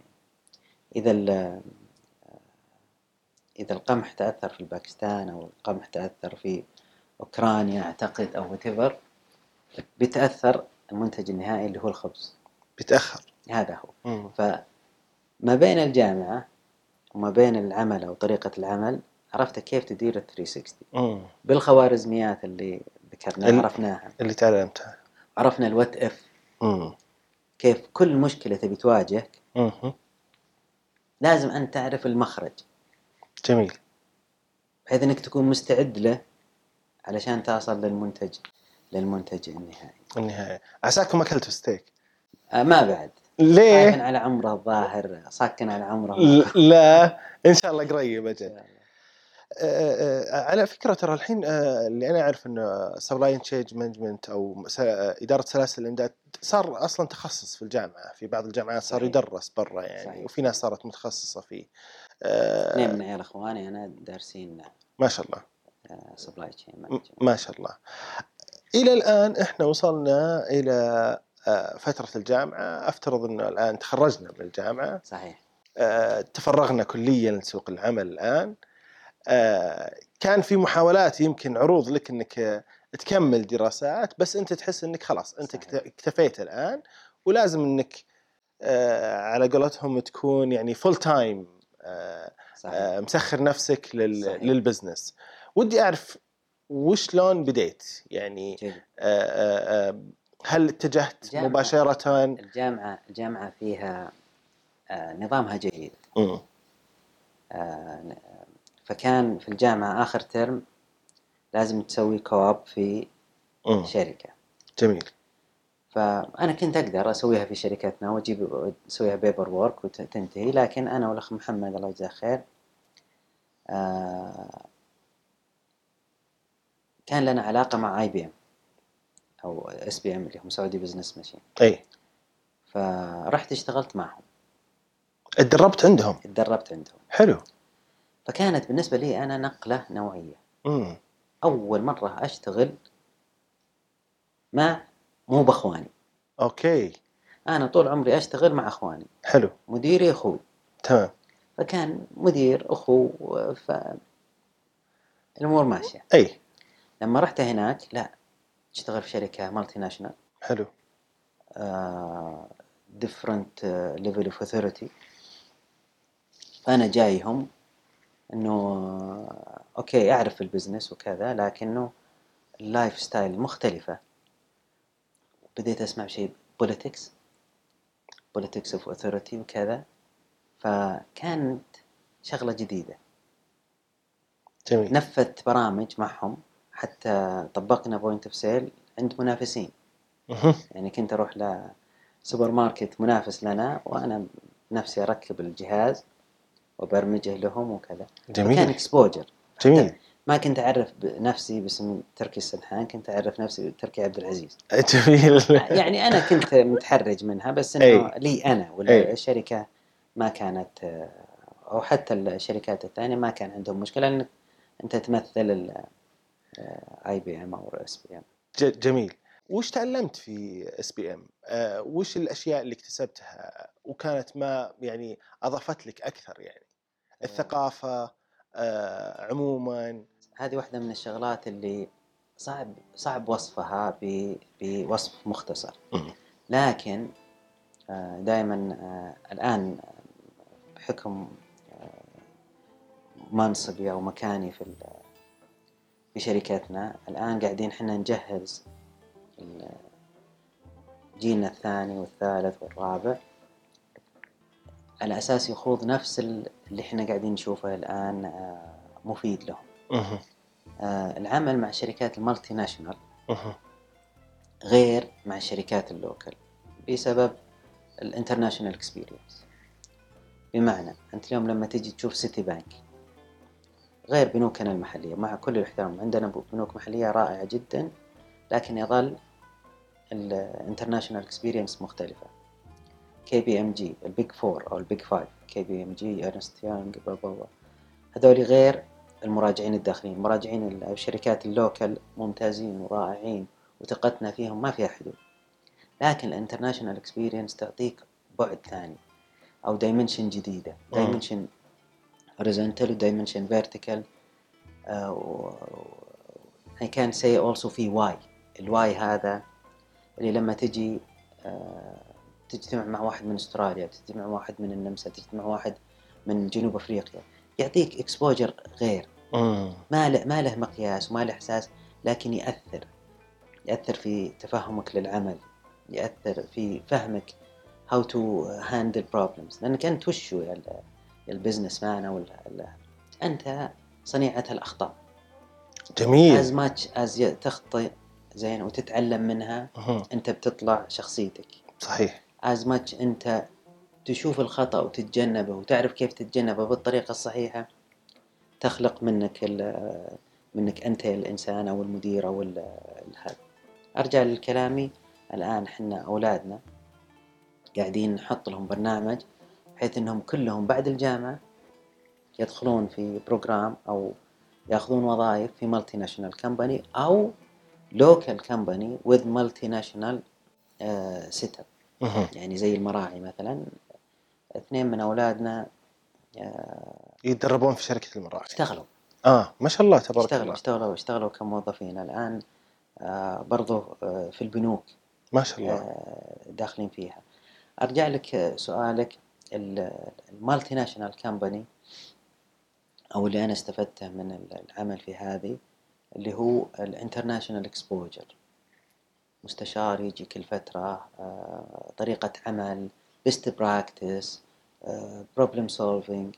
إذا القمح تأثر في باكستان أو القمح تأثر في أوكرانيا أعتقد أو whatever، بتأثر المنتج النهائي اللي هو الخبز
بيتأخر.
هذا هو. فما بين الجامعة وما بين العمل أو طريقة العمل عرفت كيف تدير 360 بالخوارزميات اللي ذكرناها، عرفناها،
اللي تعلمتها،
عرفنا الوات اف، كيف كل مشكلة تبي تواجهك لازم أن تعرف المخرج.
جميل.
بحيث أنك تكون مستعد له علشان تصل للمنتج النهائي.
عساكم أكلتوا ستيك؟
ما بعد.
ليه؟
ساكن على عمره الظاهر، ساكن على عمره.
لا إن شاء الله قريب أجل. على فكرة ترى الحين اللي أنا أعرف إنه supply chain management أو إدارة سلاسل الإمداد صار أصلا تخصص في الجامعة، في بعض الجامعات صار يدرس برا يعني. صحيح. وفي ناس صارت متخصصة فيه.
اثنين من عيال إخواني أنا دارسين
ما شاء الله
supply chain management.
ما شاء الله. إلى الآن إحنا وصلنا إلى فترة الجامعة. أفترض إنه الآن تخرجنا من الجامعة.
صحيح.
تفرغنا كليا لسوق العمل الآن. كان في محاولات يمكن عروض لك انك تكمل دراسات، بس انت تحس انك خلاص انت اكتفيت الان، ولازم انك على قولتهم تكون يعني فول تايم مسخر نفسك للبزنس. ودي اعرف وش لون بديت يعني. هل اتجهت مباشرة؟
الجامعة فيها نظامها جيد. فكان في الجامعة آخر ترم لازم تسوي كواب في شركة.
جميل.
فأنا كنت أقدر أسويها في شركتنا وأجيب أسويها بيبر وورك وتنتهي، لكن أنا والأخ محمد الله يجزاه خير كان لنا علاقة مع IBM أو SBM اللي هم سعودي بزنس ماشين.
أي.
فرحت اشتغلت معهم.
اتدربت عندهم.
حلو. فكانت بالنسبة لي أنا نقلة نوعية. أول مرة أشتغل مو بأخواني.
أوكي.
أنا طول عمري أشتغل مع أخواني.
حلو.
مديري أخوي.
تمام.
فكان مدير أخو، الأمور ماشية.
أي.
لما رحت هناك لا، اشتغل في شركة مالتي ناشونال.
حلو.
different level of authority. فأنا جايهم إنه أوكي أعرف البزنس وكذا، لكنه اللايف ستايل مختلفة. بديت أسمع شيء politics of authority وكذا، فكانت شغلة جديدة.
جميل.
نفذت برامج معهم، حتى طبقنا بوينت اوف سيل عند منافسين. يعني كنت أروح لسوبر ماركت منافس لنا وأنا نفسي أركب الجهاز وبرمجه لهم وكذا.
جميل.
كان اكسبوجر.
جميل.
ما كنت أعرف نفسي باسم تركي السنحان، كنت أعرف نفسي تركي عبد العزيز.
جميل.
يعني أنا كنت متحرج منها، بس إنه لي أنا ولا الشركة ما كانت، أو حتى الشركات الثانية ما كان عندهم مشكلة إنك أنت تمثل IBM أو SBM.
جميل. وش تعلمت في SBM؟ وش الأشياء اللي اكتسبتها وكانت ما يعني أضافت لك أكثر؟ يعني الثقافة عموما.
هذه واحدة من الشغلات اللي صعب وصفها بوصف مختصر. لكن دائما الآن بحكم منصبي أو مكاني في شركتنا الآن قاعدين حنا نجهز جيلنا الثاني والثالث والرابع على أساس يخوض نفس اللي حنا قاعدين نشوفه الآن مفيد لهم. العمل مع شركات المالتي ناشونال غير مع الشركات اللوكال بسبب الانترناشونال اكسبيرينس. بمعنى أنت اليوم لما تيجي تشوف سيتي بانك غير بنوكنا المحلية، مع كل الاحترام عندنا بنوك محلية رائعة جدا، لكن يظل الانترناشونال اكسبيرينس مختلفة. KPMG البيج فور أو البيج فايف، KPMG، أرنست يانغ، هذول غير المراجعين الداخليين. المراجعين الشركات اللوكال ممتازين ورائعين وثقتنا فيهم ما فيها حدود، لكن الانترناشونال اكسبيرينس تعطيك بعد ثاني أو دايمنشن جديدة، دايمنشن horizontal ودايمنشن vertical. I can say also في واي. الواي هذا اللي لما تجي تجتمع مع واحد من استراليا، تجتمع مع واحد من النمسا، تجتمع مع واحد من جنوب افريقيا، يعطيك اكسبوجر غير. ما له مقياس وما له احساس، لكن يأثر في تفهمك للعمل، يأثر في فهمك how to handle problems. لأنك أنت وشو البزنس مان أو أنت صنيعة الأخطاء.
جميل.
as much as تخطئ زين وتتعلم منها، أنت بتطلع شخصيتك.
صحيح.
as much أنت تشوف الخطأ وتتجنبه وتعرف كيف تتجنبه بالطريقة الصحيحة، تخلق منك أنت الإنسان أو المدير أو هذا. أرجع لكلامي، الآن حنا أولادنا قاعدين نحط لهم برنامج بحيث أنهم كلهم بعد الجامعة يدخلون في بروجرام أو يأخذون وظائف في مالتي ناشونال كمباني أو لوكال كمباني with مالتي ناشونال سيت اب. يعني زي المراعي مثلا، 2 من أولادنا
يتدربون في شركة المراعي،
اشتغلوا.
ما شاء الله تبارك الله.
اشتغلوا كموظفين الآن. برضو في البنوك
ما شاء الله
داخلين فيها. أرجع لك سؤالك، المالتي ناشونال كمباني أو اللي أنا استفدته من العمل في هذه اللي هو الانترناشونال اكسبوجر. مستشار يجي كل فترة، طريقة عمل، best practice، problem solving،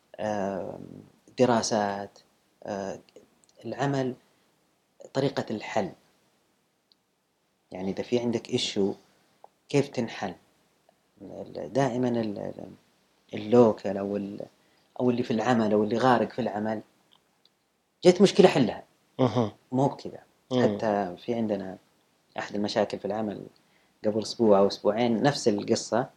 دراسات، العمل، طريقة الحل. يعني إذا في عندك issue كيف تنحل. دائما اللوكال أو اللي في العمل أو اللي غارق في العمل جت مشكلة حلها، مو بكذا. حتى في عندنا أحد المشاكل في العمل قبل أسبوع أو أسبوعين نفس القصة.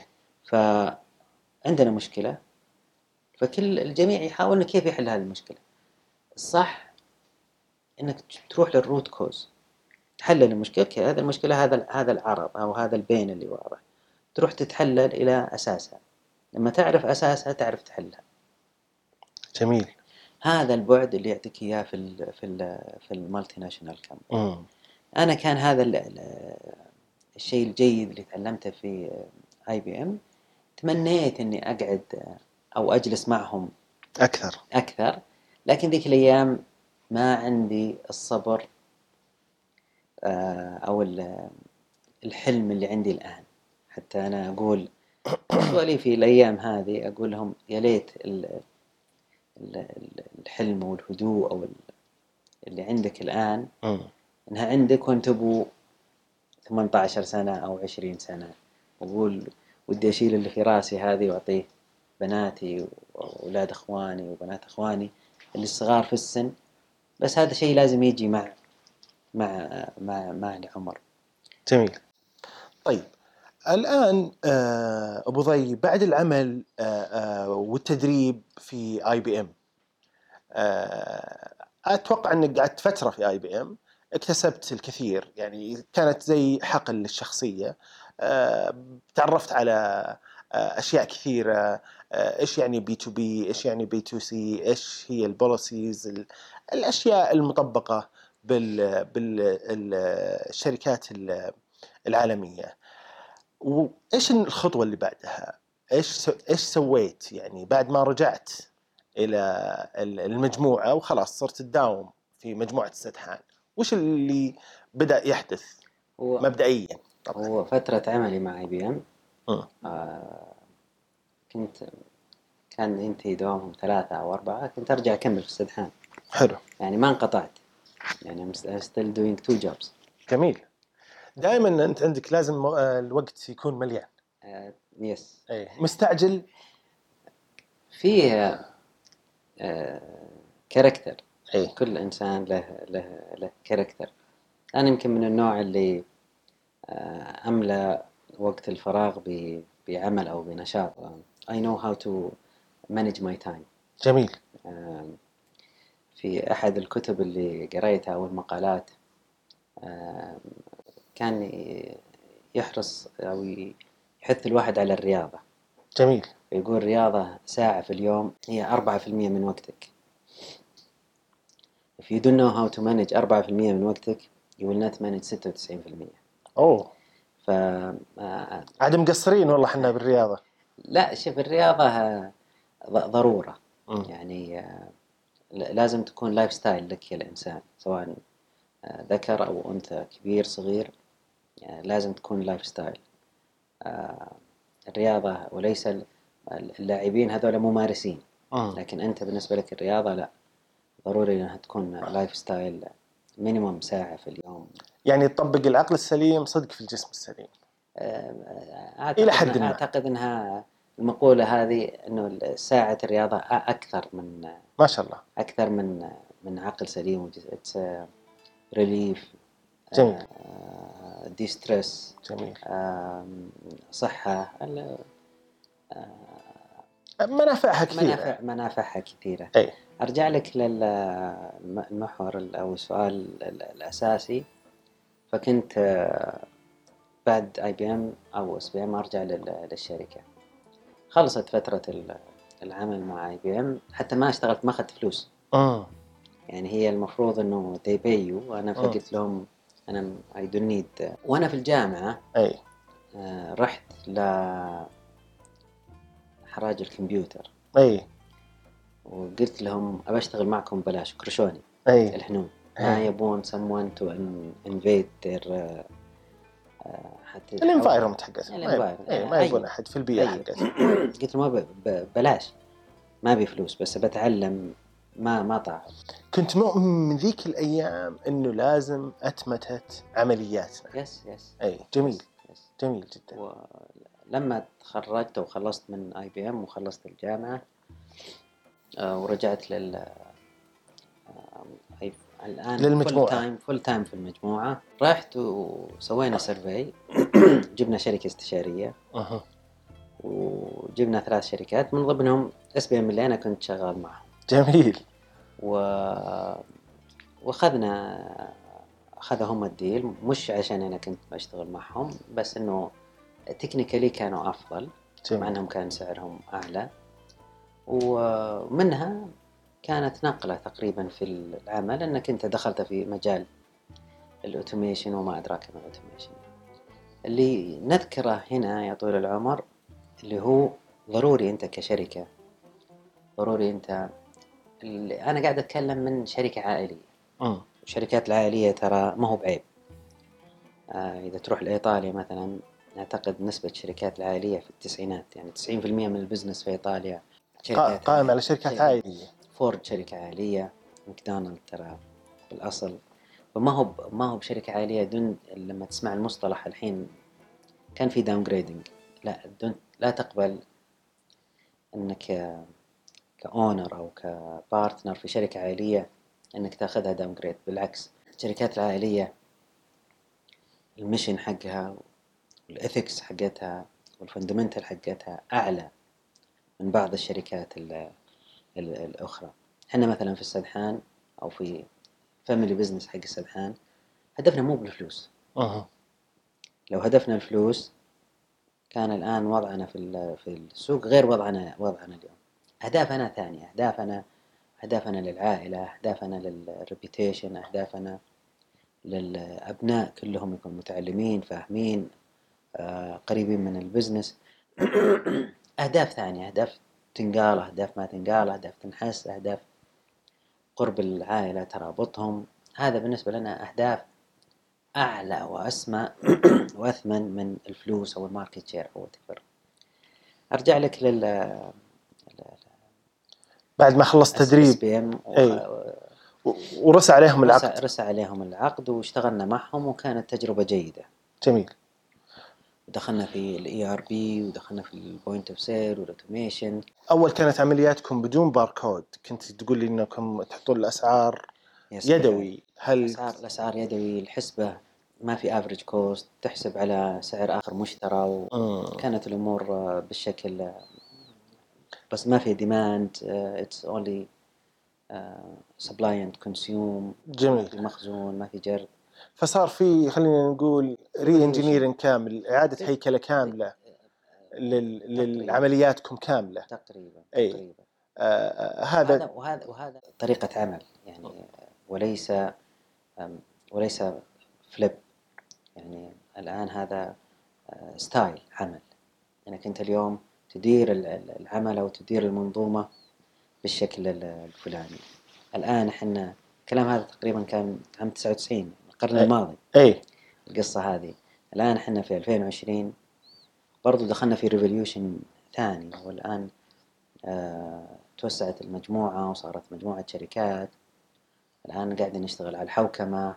فعندنا مشكلة، فكل الجميع يحاول كيف يحل هذه المشكلة. الصح إنك تروح للروت كوز، تحلل المشكلة. هذا المشكلة، هذا العرض أو هذا البين اللي واضح، تروح تتحلل إلى أساسها. لما تعرف أساسها تعرف تحلها.
جميل.
هذا البعد اللي يعطيك إياه في المالتي ناشونال كامب. أنا كان هذا الشيء الجيد اللي تعلمته في IBM. تمنيت إني أقعد أو أجلس معهم أكثر، لكن ذيك الأيام ما عندي الصبر أو الحلم اللي عندي الآن. حتى أنا أقول سؤالي في الأيام هذه، أقول لهم يا ليت الحلم والهدوء أو اللي عندك الآن إنها عندك وأنت أبو 18 سنة أو 20 سنة. أقول ودي أشيل اللي في راسي هذه وأعطيه بناتي وأولاد أخواني وبنات أخواني اللي الصغار في السن. بس هذا شيء لازم يجي مع العمر.
جميل. طيب الآن أبو ضي، بعد العمل والتدريب في IBM، أتوقع أنك قعدت فترة في IBM، اكتسبت الكثير، يعني كانت زي حقل للشخصية. تعرفت على أشياء كثيرة، إيش يعني B2B، إيش يعني B2C، إيش هي البوليسيز، الأشياء المطبقة بالشركات العالمية. وإيش الخطوة اللي بعدها؟ إيش سويت يعني بعد ما رجعت إلى المجموعة وخلاص صرت تداوم في مجموعة السدحان؟ وش اللي بدأ يحدث مبدئيا؟
طبعا هو فترة عملي مع IBM كان ينتهي دوامهم 3 أو 4، كنت أرجع أكمل في السدحان.
حلو.
يعني ما انقطعت، يعني I'm still doing 2 jobs.
جميل. دائما أنت عندك لازم الوقت يكون مليان.
يس.
مستعجل
فيه كاركتر.
أي.
كل إنسان له كاركتر. أنا يمكن من النوع اللي أملأ وقت الفراغ بعمل أو بنشاط. I know how to manage my time.
جميل.
في أحد الكتب اللي قريتها أو المقالات كان يحرص أو يحث الواحد على الرياضة.
جميل.
يقول رياضة ساعة في اليوم هي 4% من وقتك. If you don't know how to manage 4% من وقتك you will not manage 96%.
أوه.
عدم
مقصرين والله حنا بالرياضة.
لا، شوف الرياضة ضرورة. يعني لازم تكون لايف ستايل لك يا الإنسان، سواء ذكر أو أنثى، كبير صغير، يعني لازم تكون لايف ستايل. الرياضة وليس اللاعبين هذول ممارسين، لكن أنت بالنسبة لك الرياضة لا، ضروري أنها تكون لايف ستايل، مينيموم ساعة في اليوم.
يعني تطبق العقل السليم صدق في الجسم السليم. إلى حد ما.
أعتقد أنها المقولة هذه أنه ساعة الرياضة أكثر من،
ما شاء الله،
أكثر من عقل سليم. ريليف.
جميل.
ديسترس.
جميل.
صحة.
منافعها كثيرة.
منافعها كثيرة.
أي.
أرجع لك للمحور أو السؤال الأساسي. فكنت بعد IBM أو SBM أرجع للشركة. خلصت فترة العمل مع IBM، حتى ما اشتغلت، ما أخذت فلوس. يعني هي المفروض إنه they pay you، وأنا فقلت لهم أنا I don't need. وأنا في الجامعة
أي.
رحت لحراج الكمبيوتر.
أي.
وقلت لهم أبى أشتغل معكم بلاش، كرشوني.
أي.
الحنون. ما يبون someone to invade their
الانفايرمنت حقتهم. ما يبون أحد في البيئة حقتهم.
قلت لهم بلاش، ما بي فلوس، بس بتعلم. ما طاعوا.
كنت مؤمن من ذيك الأيام إنه لازم أتمتت عملياتنا.
يس.
أي. جميل. جميل جدا.
ولما تخرجت وخلصت من IBM وخلصت الجامعة ورجعت الآن
للمجموعة
فول تايم في المجموعة، رحت وسوينا سيرفي. جبنا شركة استشارية. وجبنا 3 شركات من ضمنهم SBM اللي أنا كنت شغال معهم.
جميل.
أخذهم الديل، مش عشان أنا كنت بشتغل معهم، بس إنه تكنيكالي كانوا أفضل.
جميل.
مع أنهم كان سعرهم أعلى. ومنها كانت نقلة تقريبا في العمل، أنك أنت دخلت في مجال الأوتوميشن وما أدراك ما الأوتوميشن. اللي نذكره هنا يا طويل العمر، اللي هو ضروري أنت كشركة، ضروري أنت أنا قاعد أتكلم من شركة عائلية. الشركات العائلية ترى ما هو بعيب. إذا تروح لإيطاليا مثلا، أعتقد نسبة الشركات العائلية في التسعينات، يعني 90% من البزنس في إيطاليا
قائم على شركات عائلية.
فورد شركة عائلية، ماكدونالد ترى بالأصل. فما هو بشركة عائلية دون لما تسمع المصطلح الحين كان في داون جريدنج. لا تقبل أنك كأونر أو كبارتنر في شركة عائلية أنك تأخذها داون جريد. بالعكس، الشركات العائلية الميشن حقها والإثكس حقتها والفندمنتال حقتها أعلى من بعض الشركات الأخرى. إحنا مثلا في السدحان أو في فاميلي بيزنس حق السدحان، هدفنا مو بالفلوس. لو هدفنا الفلوس كان الآن وضعنا في السوق غير وضعنا اليوم. أهدافنا ثانية، أهدافنا للعائلة، أهدافنا للريبيتيشن، أهدافنا للأبناء كلهم يكونوا متعلمين، فاهمين، قريبين من البزنس. أهداف ثانية، أهداف تنقال، أهداف ما تنقال، أهداف تنحس، أهداف قرب العائلة، ترابطهم. هذا بالنسبة لنا أهداف أعلى وأسمى وأثمن من الفلوس أو الماركت شير أو تكبر. أرجع لك
بعد ما خلصت تدريب ورسى عليهم العقد.
رسى عليهم العقد واشتغلنا معهم، وكانت تجربة جيدة.
جميل.
ودخلنا في الاي ار بي، ودخلنا في البوينت اوف سيل والاوتوميشن.
أول كانت عملياتكم بدون باركود، كنت تقول لي إنكم تحطون الأسعار يدوي. هل
الاسعار يدوي، الحسبه ما في افريج كوست، تحسب على سعر اخر مشترى، وكانت الامور بالشكل، بس ما في ديماند، اتس اونلي سبلاي اند كونسيوم.
جميل.
ما في مخزون، ما في جرد.
فصار في، خلينا نقول، ري انجينيرنج كامل، إعادة هيكلة كاملة للعملياتكم كاملة
تقريبا.
أي. هذا
وهذا طريقة عمل يعني، وليس وليس فليب. يعني الآن هذا ستايل عمل، أنك أنت اليوم تدير العمل أو تدير المنظومة بالشكل الفلاني. الآن إحنا الكلام هذا تقريبا كان عام 99 القرن الماضي.
أي.
القصة هذه الآن إحنا في 2020 برضو دخلنا في ريفوليوشن ثاني. والآن توسعت المجموعة وصارت مجموعة شركات. الآن قاعدين نشتغل على الحوكمة.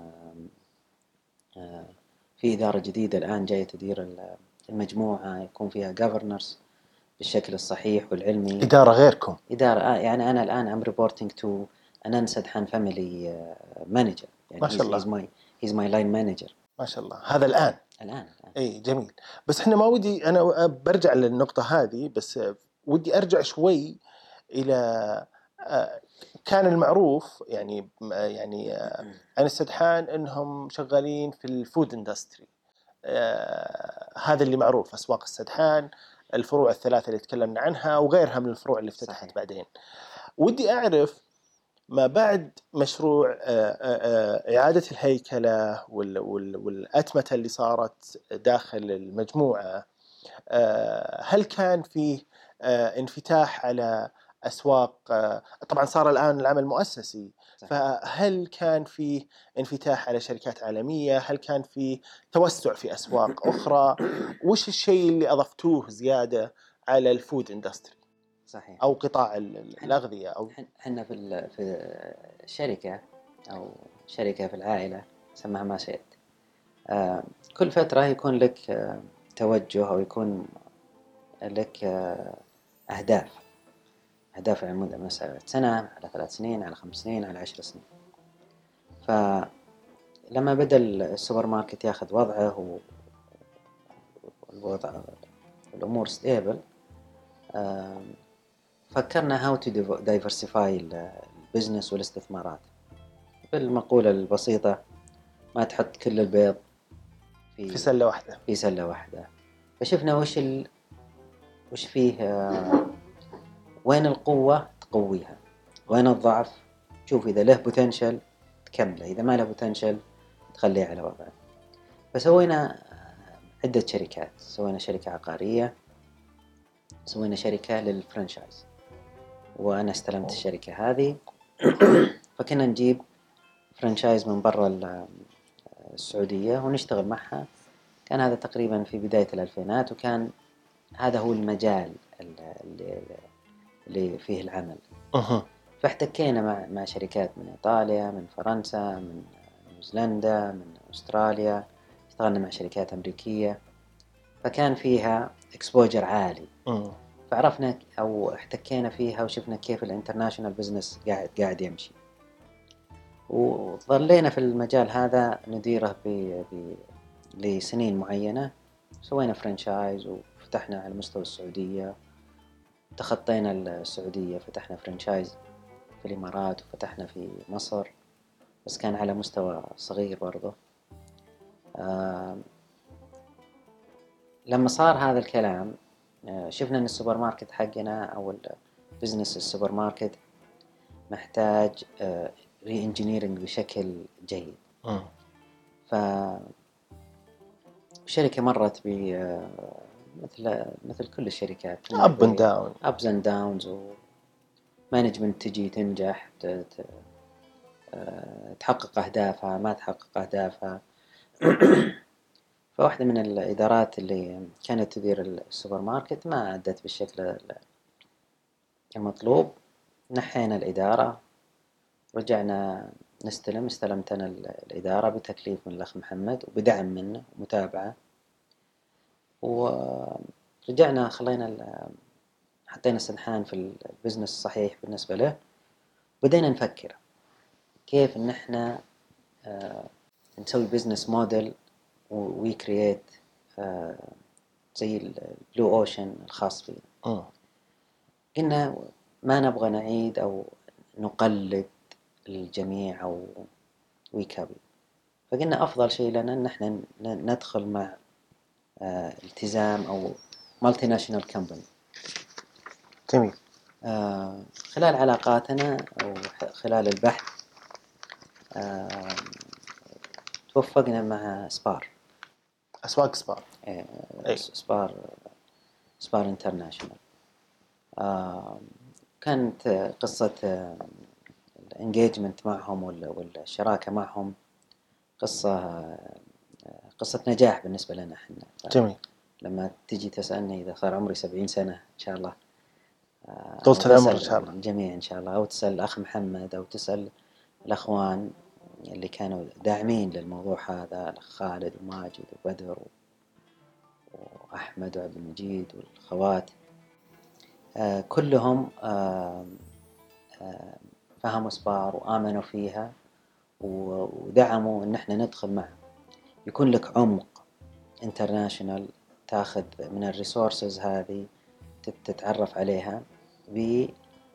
في إدارة جديدة الآن جاية تدير المجموعة، يكون فيها governors بالشكل الصحيح والعلمي.
إدارة غيركم؟
إدارة يعني أنا الآن I'm reporting to أنان سدحان family manager. يعني
ما شاء الله.
he's my line manager.
ما شاء الله. هذا الآن. اي جميل. بس احنا ما ودي انا برجع للنقطة هذه، بس ودي ارجع شوي الى كان المعروف يعني عن السدحان انهم شغالين في الفود اندستري. هذا اللي معروف، اسواق السدحان، الفروع الثلاثة اللي تكلمنا عنها وغيرها من الفروع اللي افتتحت. صحيح. بعدين ودي اعرف ما بعد مشروع إعادة الهيكلة والأتمتة اللي صارت داخل المجموعة، هل كان فيه انفتاح على أسواق؟ طبعا صار الآن العمل مؤسسي، فهل كان فيه انفتاح على شركات عالمية؟ هل كان فيه توسع في أسواق أخرى؟ وش الشيء اللي أضفتوه زيادة على الفود اندستري؟
صحيح.
أو قطاع الأغذية؟ أو
حنا في الشركة أو شركة في العائلة سمها ما شئت. كل فترة يكون لك توجه، أو يكون لك أهداف على مدى مثلا سنة، على 3 سنين، على 5 سنين، على 10 سنين. فلما بدأ السوبر ماركت ياخذ وضعه والوضع الأمور ستيبل، فكرنا how to diversify البزنس والاستثمارات. بالمقولة البسيطة، ما تحط كل البيض
في سلة واحدة.
في سلة واحدة. فشفنا وش فيه، وين القوة تقويها، وين الضعف شوف إذا له بوتنشل تكمله، إذا ما له بوتنشل تخليه على وضعه. فسوينا عدة شركات، سوينا شركة عقارية، سوينا شركة للفرانشايز، وأنا استلمت الشركة هذه. فكنا نجيب فرانشايز من برا السعودية ونشتغل معها. كان هذا تقريبا في بداية الألفينات، وكان هذا هو المجال اللي فيه العمل. فاحتكينا مع شركات من إيطاليا، من فرنسا، من نيوزيلندا، من أستراليا. اشتغلنا مع شركات أمريكية، فكان فيها اكسبوجر عالي. فعرفنا أو احتكينا فيها وشفنا كيف الانترناشونال بزنس قاعد يمشي. وظلينا في المجال هذا نديره لسنين معينة. سوينا فرانشايز وفتحنا على مستوى السعودية، تخطينا السعودية، فتحنا فرانشايز في الإمارات، وفتحنا في مصر، بس كان على مستوى صغير برضه. لما صار هذا الكلام، شفنا أن السوبر ماركت حقنا أو البزنس السوبر ماركت محتاج ري انجينيرنج بشكل جيد. فالشركة مرت مثل كل الشركات، ups and downs، ومانجمنت تجي تنجح، تحقق أهدافها، ما تحقق أهدافها. فواحدة من الإدارات اللي كانت تدير السوبر ماركت ما أدت بالشكل المطلوب. نحينا الإدارة، رجعنا استلمت أنا الإدارة بتكليف من الأخ محمد وبدعم منه ومتابعة. ورجعنا حطينا سدحان في البزنس الصحيح بالنسبة له. بدينا نفكر كيف إن إحنا نسوي بزنس موديل وي كرييت زي البلو أوشن الخاص فينا. قلنا ما نبغى نعيد أو نقلد الجميع أو ويكابي. فقلنا أفضل شيء لنا إن إحنا ندخل مع التزام أو مالتي ناشونال كمباني.
جميل.
خلال علاقاتنا أو خلال البحث توفقنا مع سبار.
أسواق سبار.
سبار انترناشونال. كانت قصة الانجيجمنت معهم والشراكة معهم قصة نجاح بالنسبة لنا احنا.
جميل.
لما تيجي تسألني إذا صار عمري 70 سنة إن شاء الله،
طولة العمر إن شاء الله
الجميع إن شاء الله، أو تسأل الأخ محمد أو تسأل الأخوان اللي كانوا داعمين للموضوع هذا، الأخ خالد وماجد وبدر وأحمد وعبد المجيد والخوات، كلهم فهموا سبار وآمنوا فيها ودعموا إن إحنا ندخل معه. يكون لك عمق انترناشونال، تاخذ من الريسورسز هذه تتعرف عليها ب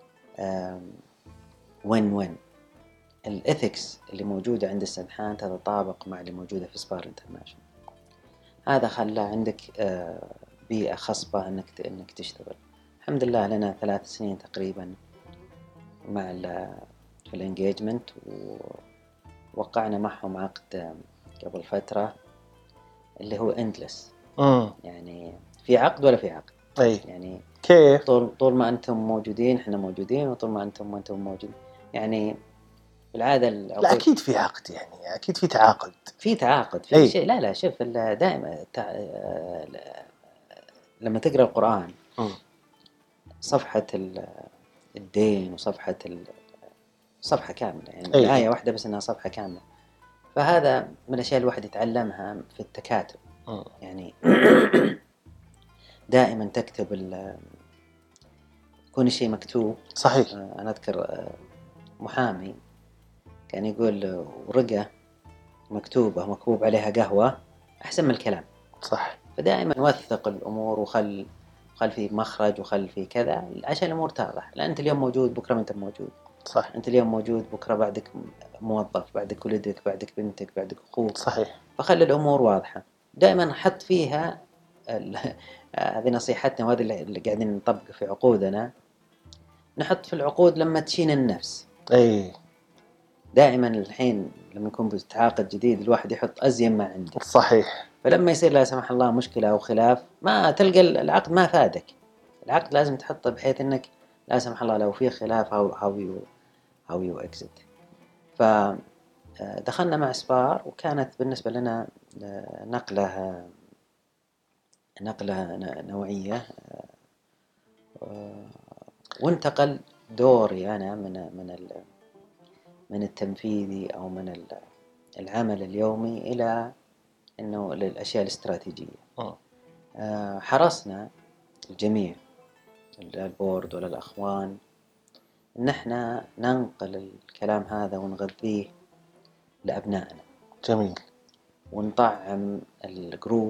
وين الإثكس اللي موجودة عند السدحان تتطابق مع اللي موجودة في سبار انترناشونال. هذا خلى عندك بيئة خصبة إنك تشتغل. الحمد لله لنا 3 سنين تقريبا مع في الانجيجمنت، ووقعنا معهم عقد قبل فترة اللي هو اندلس. يعني في عقد ولا في عقد. يعني
كيف
طول ما أنتم موجودين إحنا موجودين، وطول ما أنتم موجودين. يعني بالعادة
لا أكيد في عقد، يعني أكيد في تعاقد
في شيء. لا شوف دائما لما تقرأ القرآن صفحة الدين وصفحة صفحة كاملة، يعني الآية واحدة بس إنها صفحة كاملة. فهذا من الأشياء الواحد يتعلمها في التكاتب. يعني دائما تكتب يكون الشيء مكتوب.
صحيح.
أنا أذكر محامي كان يقول ورقة مكتوب عليها قهوة أحسن من الكلام.
صح.
فدائما وثق الأمور وخل في مخرج وخل في كذا عشان الأمور تواضح. لأن أنت اليوم موجود بكرة ما أنت موجود.
صح.
أنت اليوم موجود بكرة بعدك موظف، بعدك ولدك، بعدك بنتك، بعدك أخوك.
صحيح.
فخلي الأمور واضحة. دائما حط فيها هذه نصيحتنا، وهذه اللي قاعدين نطبق في عقودنا. نحط في العقود لما تشين النفس. دائما الحين لما يكون بتعاقد جديد الواحد يحط أزين ما عنده.
صحيح.
فلما يصير لا سمح الله مشكلة أو خلاف، ما تلقى العقد ما فادك. العقد لازم تحطه بحيث إنك لا سمح الله لو في خلاف how you exit. فدخلنا مع سبار، وكانت بالنسبة لنا نقلة نوعية. وانتقل دوري أنا من التنفيذي أو من العمل اليومي إلى إنه للأشياء الاستراتيجية. حرصنا الجميع، البورد ولا الأخوان، إن إحنا ننقل الكلام هذا ونغذيه لأبنائنا.
جميل.
ونطعم الجروب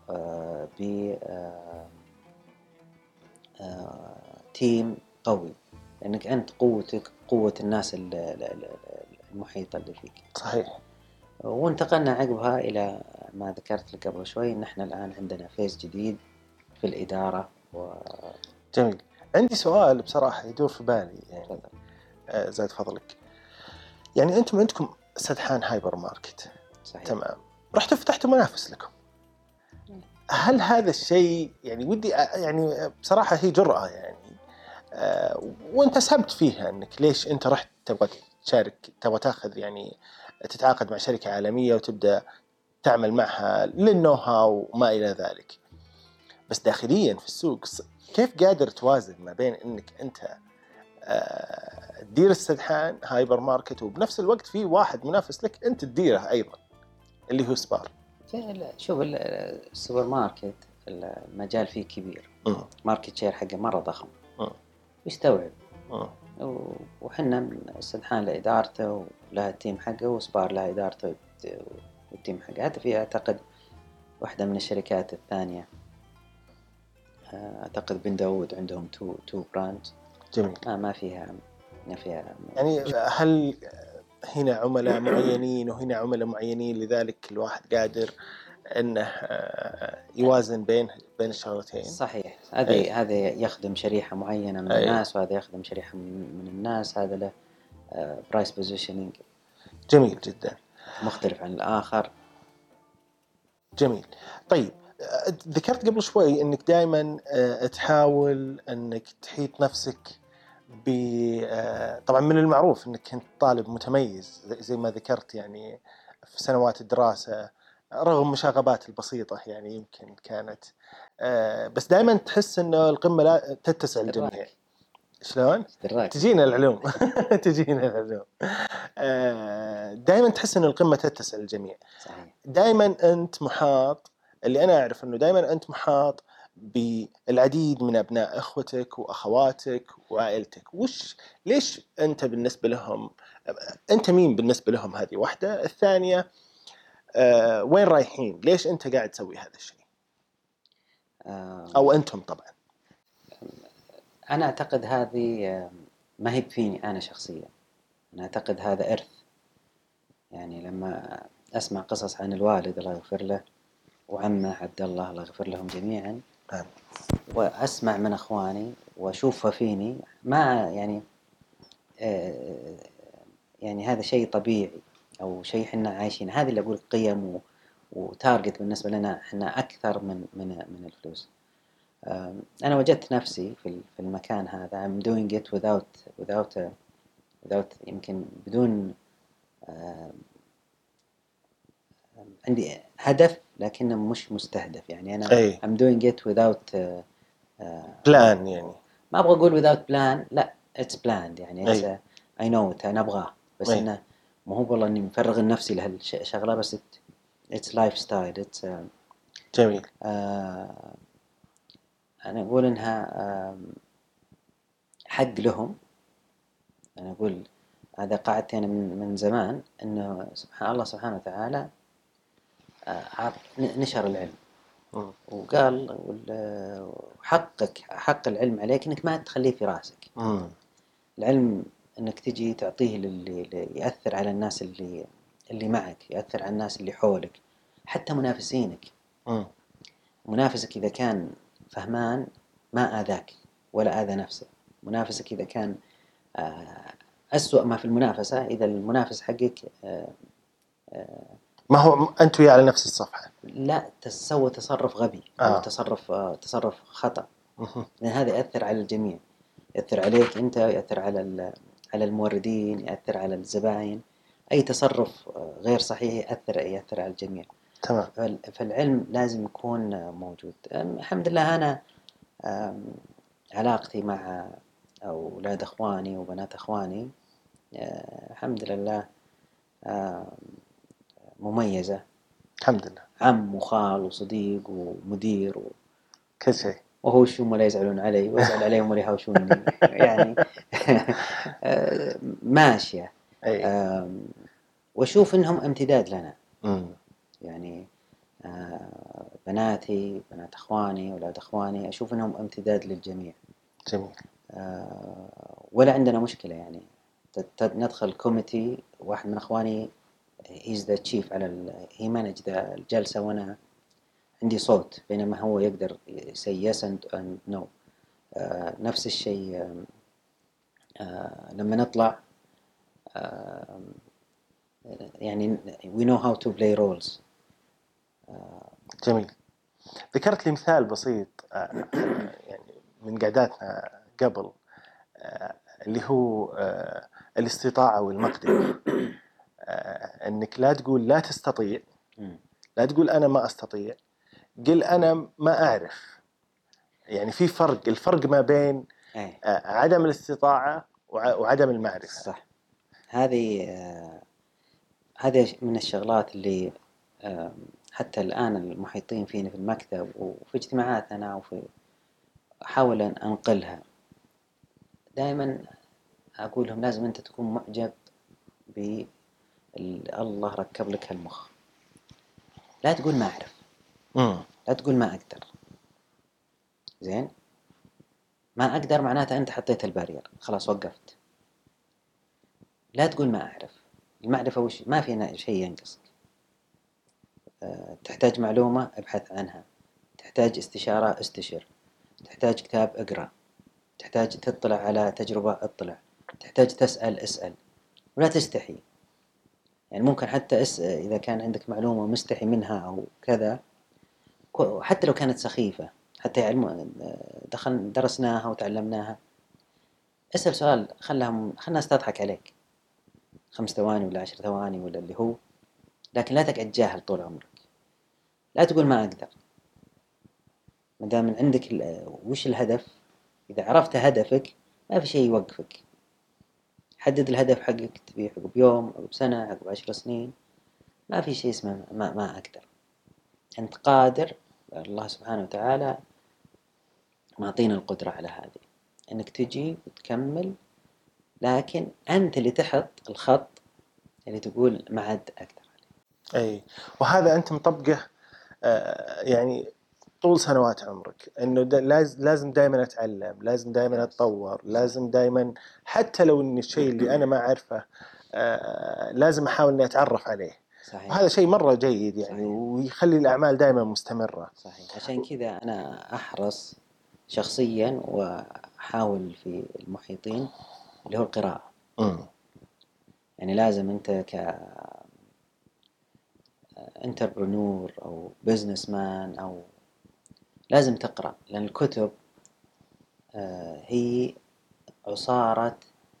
تيم قوي، لأنك أنت قوتك قوة الناس المحيطة اللي فيك.
صحيح.
وانتقلنا عقبها إلى ما ذكرت لك قبل شوي، إن إحنا الآن عندنا فيز جديد في الإدارة.
جميل. عندي سؤال بصراحة يدور في بالي، يعني زاد فضلك. يعني أنتم عندكم سدحان هايبر ماركت.
صحيح.
تمام. رحتوا فتحتوا منافس لكم. هل هذا الشيء، يعني ودي يعني بصراحة هي جرأة، يعني وانت سبت فيها انك ليش انت رحت تبغى تشارك، تبغى تاخذ يعني تتعاقد مع شركة عالمية وتبدأ تعمل معها للنو هاو وما إلى ذلك. بس داخليا في السوق كيف قادر توازن ما بين انك انت تدير السدحان هايبر ماركت، وبنفس الوقت في واحد منافس لك انت تديره ايضا اللي هو سبار؟
شوف السوبر ماركت المجال فيه كبير،
مم.
ماركت شير حقه مرة ضخم،
مم.
يستوعب.
مم.
وحنا استدحان لإدارته ولها التيم حقه، وسبار لها إدارته والتيم حقه. حتى في أعتقد واحدة من الشركات الثانية، أعتقد بن داود عندهم تو براند.
جميل.
ما فيها
يعني هل هنا عملاء معينين وهنا عملاء معينين، لذلك الواحد قادر انه يوازن بين الشغلتين؟
صحيح.
أي.
هذا يخدم شريحة معينة من
أي.
الناس، وهذا يخدم شريحة من الناس. هذا له برايس بوزيشننج
جميل جدا،
مختلف عن الآخر.
جميل. طيب، ذكرت قبل شوي انك دائما تحاول انك تحيط نفسك طبعا من المعروف انك كنت طالب متميز زي ما ذكرت، يعني في سنوات الدراسة رغم المشاغبات البسيطة يعني يمكن كانت، بس دائما تحس انه القمة لا تتسع الجميع. شلون؟ تجينا العلوم تجينا العلوم. دائما تحس ان القمة تتسع الجميع.
صحيح.
دائما انت محاط، اللي انا اعرف انه دائما انت محاط بالعديد من ابناء اخوتك واخواتك وعائلتك. ليش انت بالنسبه لهم، انت مين بالنسبه لهم؟ هذه واحده. الثانيه، وين رايحين؟ ليش انت قاعد تسوي هذا الشيء؟ او انتم طبعا.
انا اعتقد هذه ما هي فيني انا شخصيا. انا اعتقد هذا ارث. يعني لما اسمع قصص عن الوالد الله يغفر له وعمه عبد الله الله يغفر لهم جميعا، واسمع من اخواني واشوفها فيني، ما يعني هذا شيء طبيعي او شيء حنا عايشين. هذه اللي اقول قيم وتارجت بالنسبه لنا احنا اكثر من الفلوس. انا وجدت نفسي في المكان هذا. I'm doing it without يمكن بدون عندي هدف لكنه مش مستهدف. يعني أنا I'm doing it without
plan. يعني
ما أبغى أقول without plan، لا it's planned. يعني it's I know it، أنا أبغاه، بس إنه ما هو والله إني مفرغ نفسي لهالشغلة، بس it's lifestyle. it's
جميل.
أنا أقول إنها حق لهم. أنا أقول هذا قاعدتي أنا من زمان، إنه سبحان الله سبحانه وتعالى نشر العلم وقال حق العلم عليك إنك ما تخليه في راسك. العلم إنك تجي تعطيه اللي يأثر على الناس اللي معك، يأثر على الناس اللي حولك، حتى منافسينك. منافسك إذا كان فهمان ما آذاك ولا آذى نفسه. منافسك إذا كان أسوأ ما في المنافسة، إذا المنافس حقك
ما هو أنت وياه على نفس الصفحة،
لا تسوى تصرف غبي أو تصرف خطأ، لأن هذا يأثر على الجميع. يأثر عليك أنت، يأثر على الموردين، يأثر على الزبائن. أي تصرف غير صحيح يأثر على الجميع.
تمام.
فالعلم لازم يكون موجود. الحمد لله أنا علاقتي مع أولاد أخواني وبنات أخواني الحمد لله مميزة.
الحمد لله.
عم وخال وصديق ومدير
كل شيء.
وهو شو ما لا يزعلون علي ويزعل عليهم ولا يهاوشوني يعني ماشية. وأشوف إنهم امتداد لنا. يعني بناتي، بنات أخواني، أولاد أخواني، أشوف إنهم امتداد للجميع.
جميل.
ولا عندنا مشكلة. يعني ندخل كوميتي، واحد من أخواني he's the chief he manage الجلسة، وأنا عندي صوت، بينما هو يقدر say yes and no. نفس الشيء لما نطلع يعني we know how to play roles.
جميل. ذكرت لي مثال بسيط يعني من قعداتنا قبل، اللي هو الاستطاعة والمقدرة. أنك لا تقول لا تستطيع، لا تقول أنا ما أستطيع، قل أنا ما أعرف. يعني في فرق. الفرق ما بين عدم الاستطاعة وعدم المعرفة.
صح. هذه من الشغلات اللي حتى الآن المحيطين فيني في المكتب وفي اجتماعاتنا أحاول أن أنقلها. دائما أقول لهم لازم أنت تكون معجب بالله ركب لك المخ. لا تقول ما أعرف، لا تقول ما أقدر. زين، ما أقدر معناته أنت حطيت البارير، خلاص وقفت. لا تقول ما أعرف. المعرفة وش؟ ما في شيء ينقصك. تحتاج معلومة ابحث عنها، تحتاج استشارة استشر، تحتاج كتاب اقرأ، تحتاج تطلع على تجربة اطلع، تحتاج تسأل اسأل، ولا تستحي. يعني ممكن حتى إذا كان عندك معلومة مستحي منها أو كذا، حتى لو كانت سخيفة، حتى درسناها وتعلمناها، اسأل سؤال، خلها الناس تضحك عليك 5 ثواني ولا 10 ثواني ولا اللي هو، لكن لا تقعد جاهل طول عمرك. لا تقول ما أقدر. ما دام عندك وش الهدف، إذا عرفت هدفك ما في شيء يوقفك. حدد الهدف حقك، تبيه عقب يوم عقب سنة عقب 10 سنين، ما في شيء اسمه ما أقدر. أنت قادر. الله سبحانه وتعالى معطينا القدرة على هذه، أنك تجي وتكمل، لكن أنت اللي تحط الخط اللي تقول ما عاد أقدر عليه.
أي، وهذا أنت مطبقه يعني طول سنوات عمرك، إنه لازم دائما أتعلم، لازم دائما أتطور، لازم دائما حتى لو إن الشيء اللي أنا ما أعرفه لازم أحاول إني أتعرف عليه.
صحيح.
وهذا شيء مرة جيد يعني.
صحيح.
ويخلي الأعمال دائما مستمرة.
صحيح. عشان كذا أنا أحرص شخصيا وأحاول في المحيطين اللي هو القراءة. يعني لازم أنت كإنتربرنور أو بيزنس مان أو لازم تقرأ، لأن الكتب هي عصارة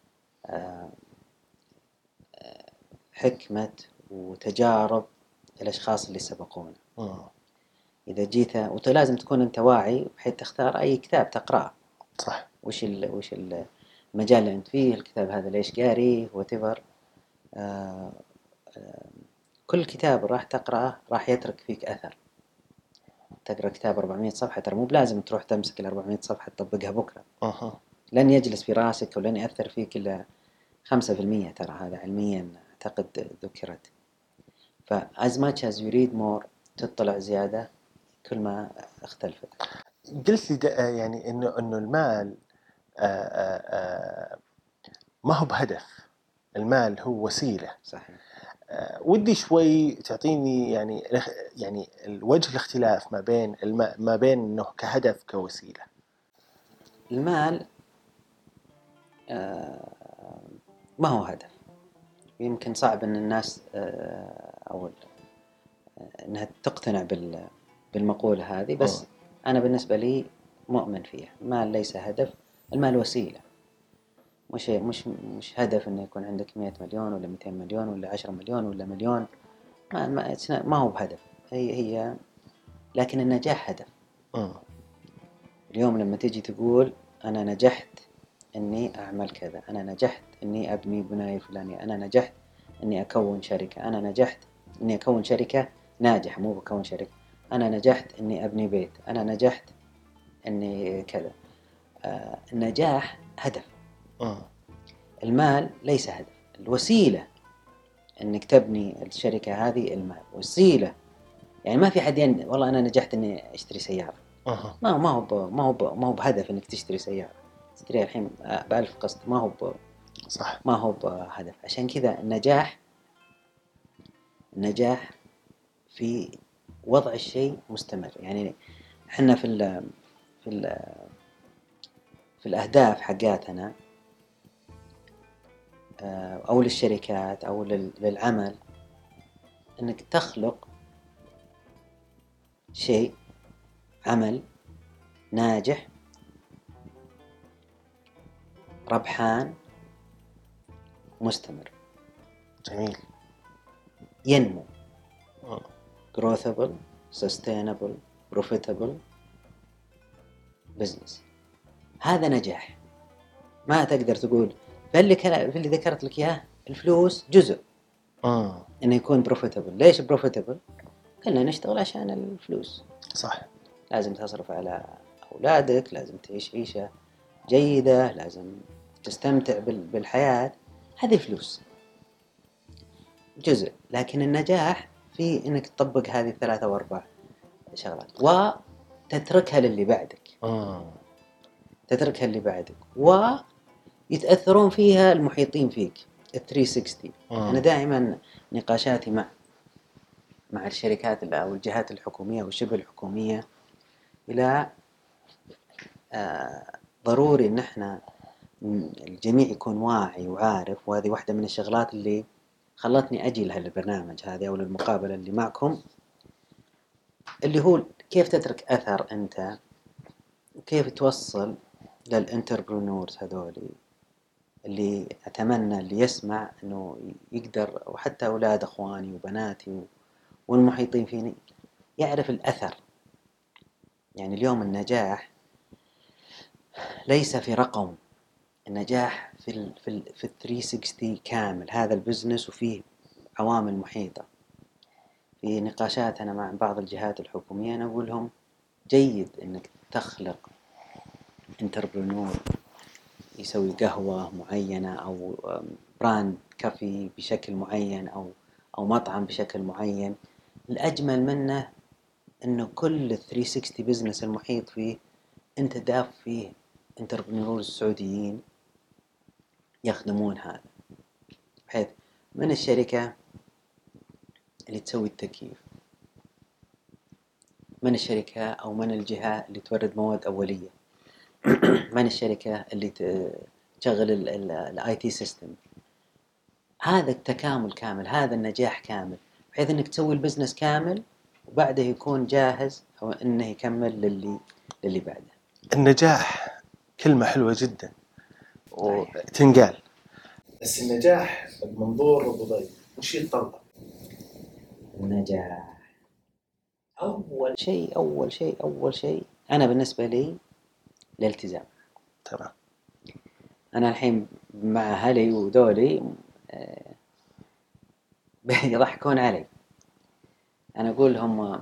حكمة وتجارب الأشخاص اللي سبقونا. إذا جيت ولازم تكون أنت واعي بحيث تختار أي كتاب تقرأه.
صح.
وش المجال اللي أنت فيه، الكتاب هذا ليش قاريه whatever. كل كتاب راح تقرأه راح يترك فيك أثر. تقرأ كتاب 400 صفحة، ترى مو بلازم تروح تمسك ال 400 صفحة تطبقها بكرة. لن يجلس في راسك ولن يأثر فيك إلا 5%. ترى هذا علميا أعتقد ذكرت. as much as you read more، تطلع زيادة كل ما اختلفت.
قلت لي يعني إنه المال ما هو بهدف، المال هو وسيلة.
صحيح.
ودي شوي تعطيني يعني الوجه الاختلاف ما بين إنه كهدف كوسيلة.
المال ما هو هدف. يمكن صعب أن الناس أو أنها تقتنع بالمقولة هذه، بس أنا بالنسبة لي مؤمن فيها. المال ليس هدف، المال وسيلة. مش هدف أنه يكون عندك 100 مليون ولا 200 مليون ولا 10 مليون ولا مليون. ما هو بهدف. هي لكن النجاح هدف. اليوم لما تيجي تقول أنا نجحت أني أعمل كذا، أنا نجحت أني أبني بناية فلانية، أنا نجحت أني أكون شركة، أنا نجحت أني أكون شركة ناجحة، مو بكون شركة، أنا نجحت أني أبني بيت، أنا نجحت أني كذا. النجاح هدف. المال ليس هدف. الوسيلة أنك تبني الشركة هذه المال وسيلة. يعني ما في حد والله أنا نجحت أني أشتري سيارة. ما هو بهدف أنك تشتري سيارة. تشتريها الحين ب1000 قسط،
صح.
ما هو بهدف. عشان كذا النجاح في وضع الشيء مستمر. يعني احنا في الأهداف حقاتنا أو للشركات أو للعمل، أنك تخلق شيء، عمل ناجح ربحان مستمر.
جميل.
ينمو. growthable sustainable profitable business. هذا نجاح. ما تقدر تقول في اللي ذكرت لك إياه الفلوس جزء إنه يكون profitable. ليش profitable؟ كلنا نشتغل عشان الفلوس.
صح.
لازم تصرف على أولادك، لازم تعيش عيشة جيدة، لازم تستمتع بالحياة. هذه فلوس جزء، لكن النجاح في إنك تطبق هذه 3 أو 4 شغلات وتتركها للي بعدك. تتركها اللي بعدك ويتأثرون فيها المحيطين فيك. 360. أنا دائما نقاشاتي مع الشركات أو الجهات الحكومية والشبه الحكومية إلى ضروري إن احنا الجميع يكون واعي وعارف. وهذه واحدة من الشغلات اللي خلتني أجي لهالبرنامج هذه أو للمقابلة اللي معكم، اللي هو كيف تترك أثر أنت، وكيف توصل للانتربرونورز هذولي اللي أتمنى اللي يسمع أنه يقدر، وحتى أولاد أخواني وبناتي والمحيطين فيني، يعرف الأثر. يعني اليوم النجاح ليس في رقم، النجاح في 360 كامل. هذا البزنس وفيه عوامل محيطة. في نقاشات أنا مع بعض الجهات الحكومية أنا أقول لهم جيد أنك تخلق انتربرونور يسوي قهوة معينة أو براند كافي بشكل معين أو مطعم بشكل معين. الأجمل منه أنه كل 360 بزنس المحيط فيه أنت داف فيه انتربرونورز سعوديين يخدمون هذا، بحيث من الشركة اللي تسوي التكييف، من الشركة أو من الجهة اللي تورد مواد أولية، من الشركة اللي تشغل الاي تي سيستم. هذا التكامل كامل، هذا النجاح كامل، بحيث انك تسوي البزنس كامل وبعده يكون جاهز او انه يكمل للي بعده.
النجاح كلمة حلوة جدا وتنقال، بس النجاح بمنظور أبو ضيف وش يتطلب؟
النجاح أول شيء أنا بالنسبة لي الالتزام.
تمام.
أنا الحين مع أهلي ودولي يضحكون علي. أنا أقول لهم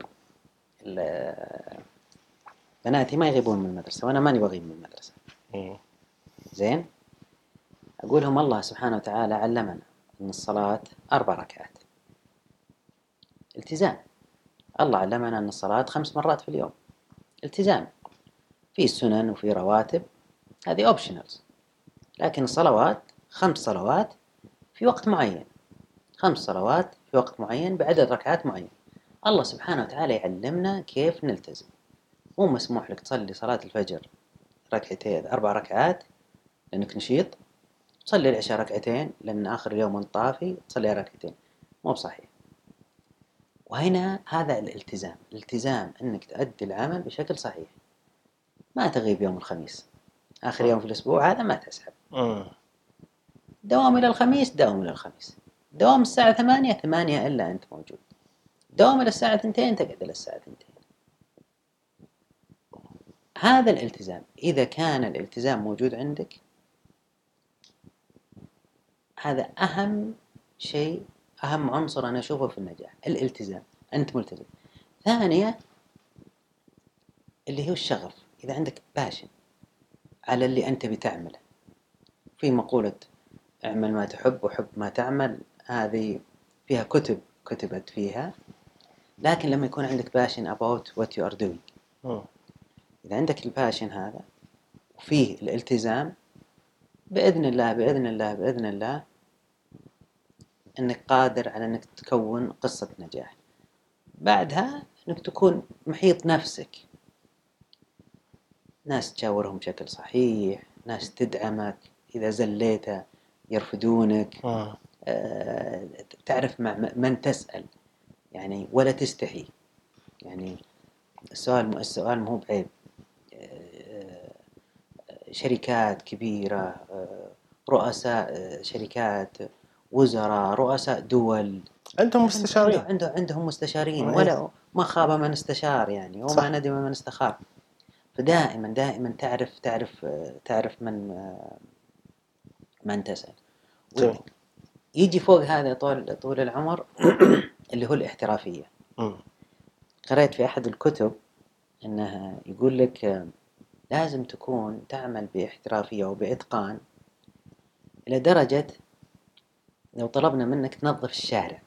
بناتي ما يغيبون من المدرسة وأنا ماني بغيب من المدرسة. زين، أقول لهم الله سبحانه وتعالى علمنا أن الصلاة 4 ركعات. التزام. الله علمنا أن الصلاة 5 مرات في اليوم. التزام. في سنن وفي رواتب، هذه اوبشنالز، لكن الصلوات 5 صلوات في وقت معين، 5 صلوات في وقت معين بعدد ركعات معين. الله سبحانه وتعالى يعلمنا كيف نلتزم. مو مسموح لك تصلي صلاة الفجر 4 ركعات لأنك نشيط، تصلي العشاء 2 ركعات لأن آخر اليوم أنت طافي تصلي 2 ركعات. مو بصحيح. وهنا هذا الالتزام أنك تؤدي العمل بشكل صحيح. ما تغيب يوم الخميس، آخر يوم في الأسبوع هذا ما تسحب. دوام إلى الخميس، دوام إلى الخميس. دوام الساعة 8 إلا أنت موجود. دوام إلى الساعة 2 تقعد إلى الساعة 2. هذا الالتزام. إذا كان الالتزام موجود عندك، هذا أهم شيء، أهم عنصر أنا أشوفه في النجاح، الالتزام. أنت ملتزم. ثانية اللي هو الشغف. إذا عندك باشن على اللي أنت بتعمله. في مقولة اعمل ما تحب وحب ما تعمل، هذه فيها كتبت فيها. لكن لما يكون عندك باشن about what you are doing، إذا عندك الباشن هذا وفيه الالتزام، بإذن الله أنك قادر على أنك تكون قصة نجاح. بعدها أنك تكون محيط نفسك، ناس تشاورهم بشكل صحيح، ناس تدعمك إذا زليت يرفدونك. تعرف مع من تسأل يعني، ولا تستحي. يعني السؤال مو بعيب. شركات كبيرة، رؤساء شركات، وزراء، رؤساء دول،
عندهم مستشارين،
عندهم مستشارين، ولا ما خاب من استشار يعني، وما ندم من استخار. فدائما تعرف من تسأل. يجي فوق هذا طول العمر اللي هو الاحترافية. قرأت في أحد الكتب أنها يقول لك لازم تكون تعمل باحترافية وبإتقان إلى درجة لو طلبنا منك تنظف الشارع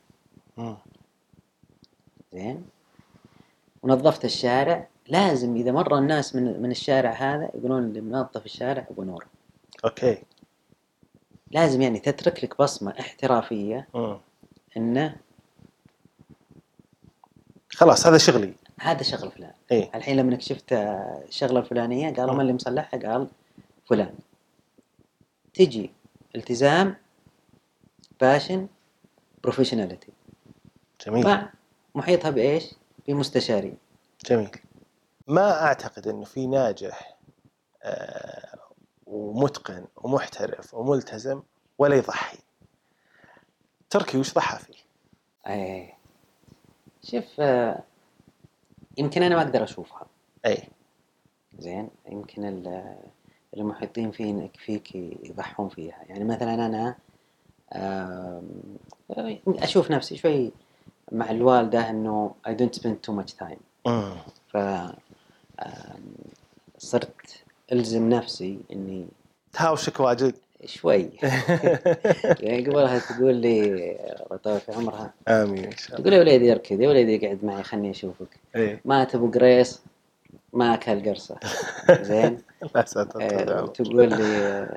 زين، ونظفت الشارع، لازم إذا مر الناس من الشارع هذا يقولون اللي منظف الشارع أبو نور.
أوكي.
لازم يعني تترك لك بصمة احترافية إنه
خلاص هذا شغلي،
هذا شغل فلان.
إيه؟
الحين لما شفت الشغلة الفلانية قالوا من اللي مصلحها؟ قال فلان. تجي التزام، باشن، بروفيشناليتي،
جميل.
مع محيطها بإيش؟ بمستشارين.
جميل. ما أعتقد إنه في ناجح ومتقن ومحترف وملتزم ولا يضحي. تركي وش ضحى فيه؟
شوف، يمكن أنا ما أقدر أشوفها.
أي.
زين، يمكن المحيطين فيك يضحون فيها. يعني مثلا أنا أشوف نفسي شوي مع الوالدة إنه I don't spend too much time. ف صرت ألزم نفسي إني
تهاوشك واجد
شوي. يعني قبلها تقول لي الله يطول في عمرها،
آمين إن شاء الله،
تقول يا وليدي اركض، يا وليدي اقعد معي خلني أشوفك.
إيه؟
ما تبغى قريص ما أكل قرصة. زين.
لا ساتر.
وتقول لي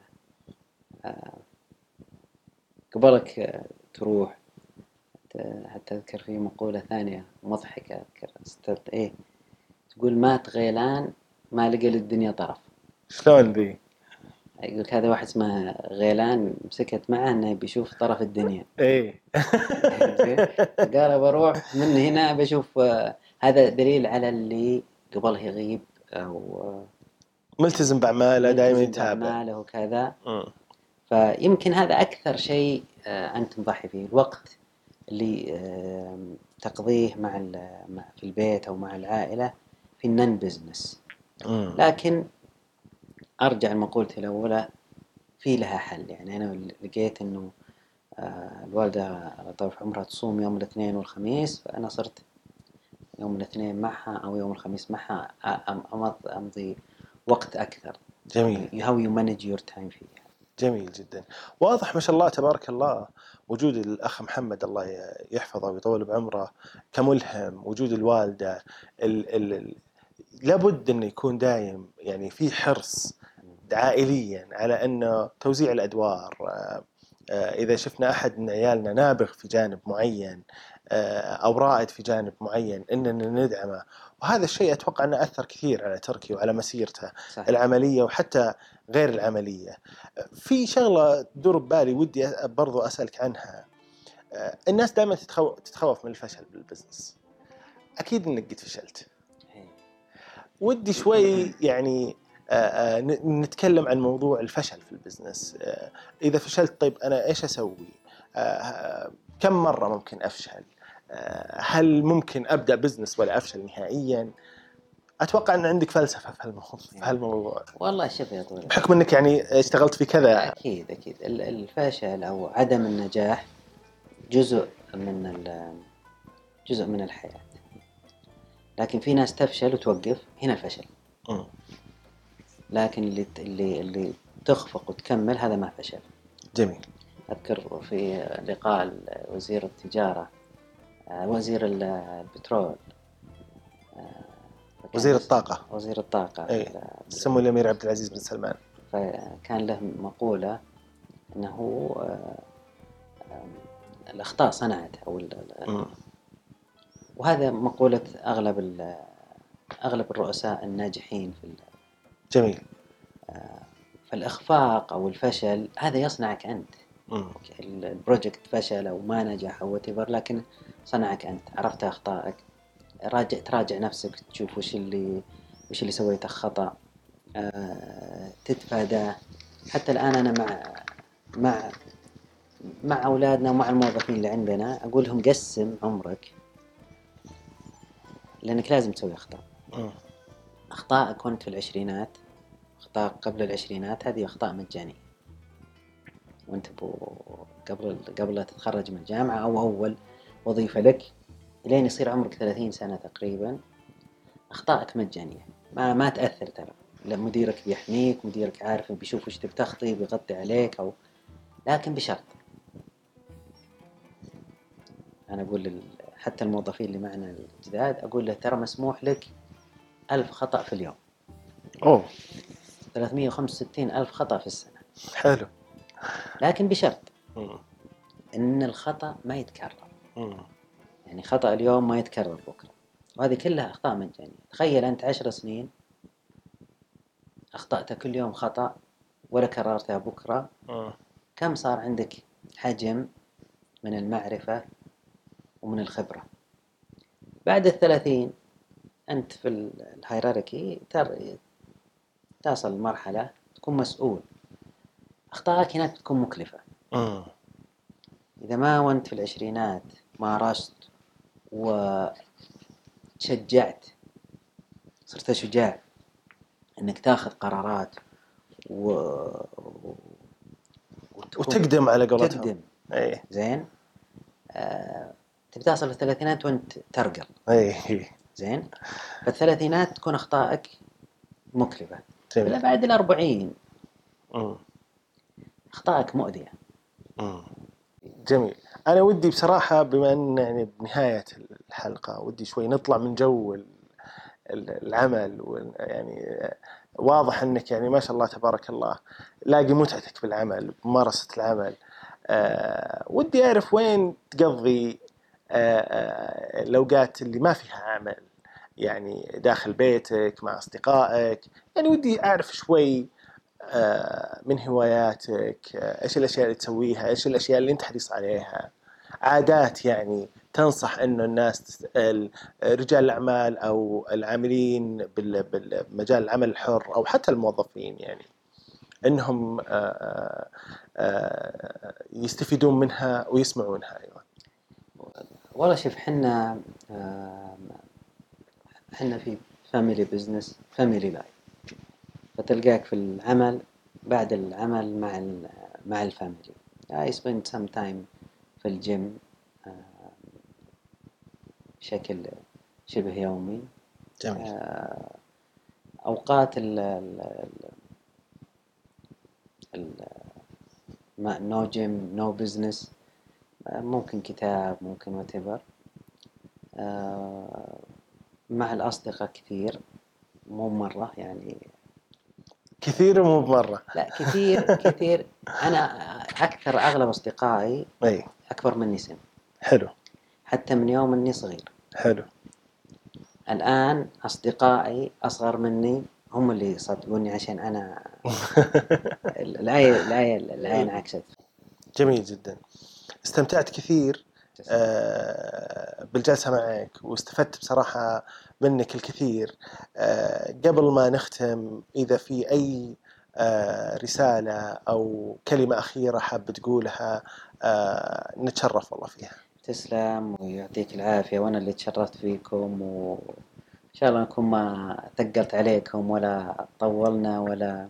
قبلك تروح. حتى أذكر في مقولة ثانية مضحكة أذكر إيه، تقول مات غيلان ما لقى للدنيا طرف.
شلون ذي؟
يقولك هذا واحد اسمه غيلان مسكت معه إنه بيشوف طرف الدنيا.
إيه.
قال بروح من هنا بشوف. هذا دليل على اللي قبله يغيب أو
ملتزم بأعماله، دائما يتابع
بأعماله وكذا. فيمكن هذا أكثر شيء أنت مضحي فيه، الوقت اللي تقضيه في البيت أو مع العائلة في النن بزنس. لكن أرجع لمقولتي الأولى، في لها حل. يعني أنا لقيت إنه الوالدة الله يطول في عمرها تصوم يوم الاثنين والخميس، فأنا صرت يوم الاثنين معها أو يوم الخميس معها أمضي وقت أكثر.
جميل.
how you manage your time فيها.
جميل جدا. واضح ما شاء الله تبارك الله وجود الأخ محمد الله يحفظه ويطول بعمره كملهم، وجود الوالدة لابد أنه يكون دايم يعني في حرص عائليا على أنه توزيع الأدوار. إذا شفنا أحد من عيالنا نابغ في جانب معين أو رائد في جانب معين إننا ندعمه، وهذا الشيء أتوقع أنه أثر كثير على تركي وعلى مسيرته صحيح. العملية وحتى غير العملية. في شغلة تدور ببالي ودي برضو أسألك عنها. الناس دائما تتخوف من الفشل بالبزنس، أكيد إنك قد فشلت. ودي شوي يعني نتكلم عن موضوع الفشل في البزنس. إذا فشلت طيب أنا إيش أسوي؟ كم مرة ممكن أفشل؟ هل ممكن أبدأ بزنس ولا أفشل نهائياً؟ أتوقع أن عندك فلسفة في هالموضوع.
والله شوف يا طويل،
بحكم أنك يعني اشتغلت في كذا.
أكيد الفشل أو عدم النجاح جزء من الحياة. لكن في ناس تفشل وتوقف، هنا الفشل. لكن اللي تخفق وتكمل هذا ما فشل.
جميل.
أذكر في لقاء وزير التجارة، وزير البترول،
وزير الطاقة سمو الأمير عبد العزيز بن سلمان،
فكان له مقولة أنه الأخطاء صنعت وهذا مقولة أغلب الرؤساء الناجحين في
جميل.
فالإخفاق أو الفشل هذا يصنعك أنت. البروجكت فشل أو ما نجح أو whatever، لكن صنعك أنت. عرفت أخطائك، تراجع نفسك، تشوف وش اللي سويته خطأ، تتفاداه. حتى الآن أنا مع أولادنا ومع الموظفين اللي عندنا أقول لهم قسم عمرك، لأنك لازم تسوي أخطاء كنت في العشرينات، أخطاء قبل العشرينات، هذه أخطاء مجانية. وأنت قبل لا تتخرج من الجامعة أو أول وظيفة لك لين يصير عمرك 30 سنة تقريبا أخطائك مجانية، ما تأثر ترى. لا، مديرك بيحميك، مديرك عارف بيشوف وش تبي تخطي بيغطي عليك، لكن بشرط. أنا أقول حتى الموظفين اللي معنا الجداد أقول له ترى مسموح لك 1000 خطأ في اليوم. 365 ألف خطأ في السنة.
حلو.
لكن بشرط إن الخطأ ما يتكرر. يعني خطأ اليوم ما يتكرر بكرة، وهذه كلها أخطاء مجانية. تخيل أنت 10 سنين أخطأت كل يوم خطأ ولا كررتها بكرة، كم صار عندك حجم من المعرفة ومن الخبرة؟ بعد 30 أنت في الهيراركي تصل لمرحلة تكون مسؤول. أخطائك هناك تكون مكلفة. إذا ما وأنت في العشرينات مارست وتشجعت، صرت شجاع إنك تاخذ قرارات
وتقدم على قولتهم.
تقدم. زين. تبي تصل للثلاثينات وأنت ترقل. زين. فالثلاثينات تكون أخطائك مكلفة. إلا بعد 40 أخطائك مؤذية.
جميل. أنا ودي بصراحة بما أن يعني بنهاية الحلقة ودي شوي نطلع من جو العمل، ويعني واضح أنك يعني ما شاء الله تبارك الله لاقي متعتك بالعمل بممارسة العمل. ودي أعرف وين تقضي الأوقات اللي ما فيها عمل، يعني داخل بيتك مع أصدقائك. يعني ودي أعرف شوي من هواياتك، إيش الأشياء اللي تسويها، إيش الأشياء اللي أنت حريص عليها، عادات يعني تنصح إنه الناس رجال الأعمال أو العاملين بالمجال العمل الحر أو حتى الموظفين يعني إنهم يستفيدون منها ويسمعونها. أيضا
والله شوف، حنا في family business family life، فتلقاك في العمل بعد العمل مع الفاميلي. I spend some time في الجيم بشكل شبه يومي.
جميل.
أوقات no gym no business، ممكن كتاب، ممكن whatever. مع الأصدقاء كثير، مو مرة يعني
كثير مو مرة.
لا كثير. أنا أغلب أصدقائي أكبر مني سن.
حلو.
حتى من يوم إني صغير.
حلو.
الآن أصدقائي أصغر مني هم اللي يصدقوني عشان أنا الآية انعكست.
جميل جدا. استمتعت كثير بالجلسة معك واستفدت بصراحة منك الكثير. قبل ما نختم، إذا في أي رسالة أو كلمة أخيرة حاب تقولها نتشرف والله فيها.
تسلم ويعطيك العافية، وأنا اللي تشرفت فيكم، وإن شاء الله نكون ما ثقلت عليكم ولا طولنا ولا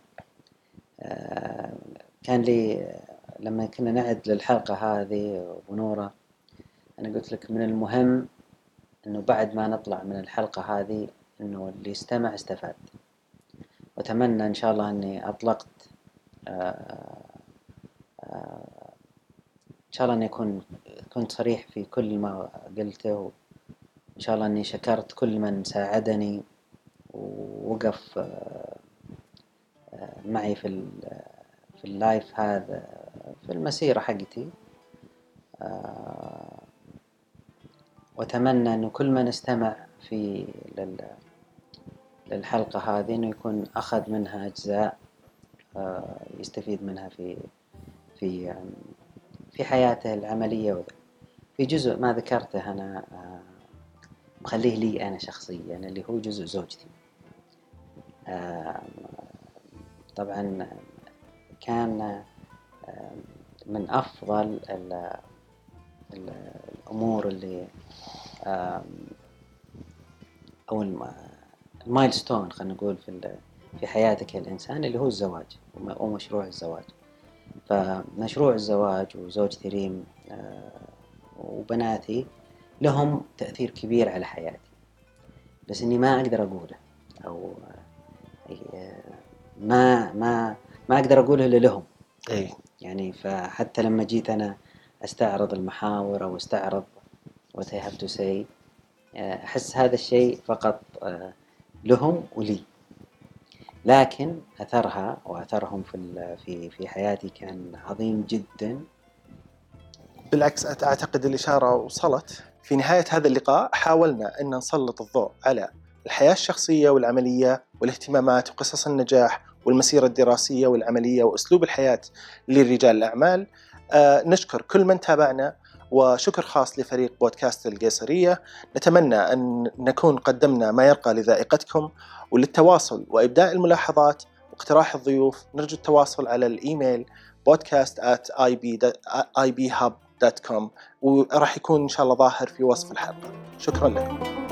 كان لي لما كنا نعد للحلقة هذه ونورة، أنا قلت لك من المهم إنه بعد ما نطلع من الحلقة هذه إنه اللي استمع استفاد. وأتمنى إن شاء الله إني أطلقت إن شاء الله إني كنت صريح في كل ما قلته، وإن شاء الله إني شكرت كل من ساعدني ووقف معي في اللايف هذا في المسيرة حقتي. وأتمنى إنه كل من استمع في للحلقة هذه إنه يكون أخذ منها أجزاء يستفيد منها في حياته العملية. في جزء ما ذكرته أنا مخليه لي أنا شخصيا، اللي هو جزء زوجتي. طبعا كان من أفضل الأمور اللي أو المايلستون خلينا نقول في حياتك الإنسان، اللي هو الزواج ومشروع الزواج. فمشروع الزواج وزوجتي ريم وبناتي لهم تأثير كبير على حياتي، بس إني ما أقدر أقوله، أو ما أقدر أقوله إلا لهم.
أي.
يعني فحتى لما جيت أنا أستعرض المحاور أو أستعرض what I have to say، أحس هذا الشيء فقط لهم ولي، لكن أثرها وأثرهم في حياتي كان عظيم جدا.
بالعكس أعتقد الإشارة وصلت. في نهاية هذا اللقاء حاولنا أن نسلط الضوء على الحياة الشخصية والعملية والاهتمامات وقصص النجاح والمسيرة الدراسية والعملية وأسلوب الحياة لرجال الأعمال. نشكر كل من تابعنا، وشكر خاص لفريق بودكاست القيصرية. نتمنى أن نكون قدمنا ما يرقى لذائقتكم. وللتواصل وإبداء الملاحظات واقتراح الضيوف نرجو التواصل على الإيميل podcast@ibhub.com، وراح يكون إن شاء الله ظاهر في وصف الحلقة. شكرا لكم.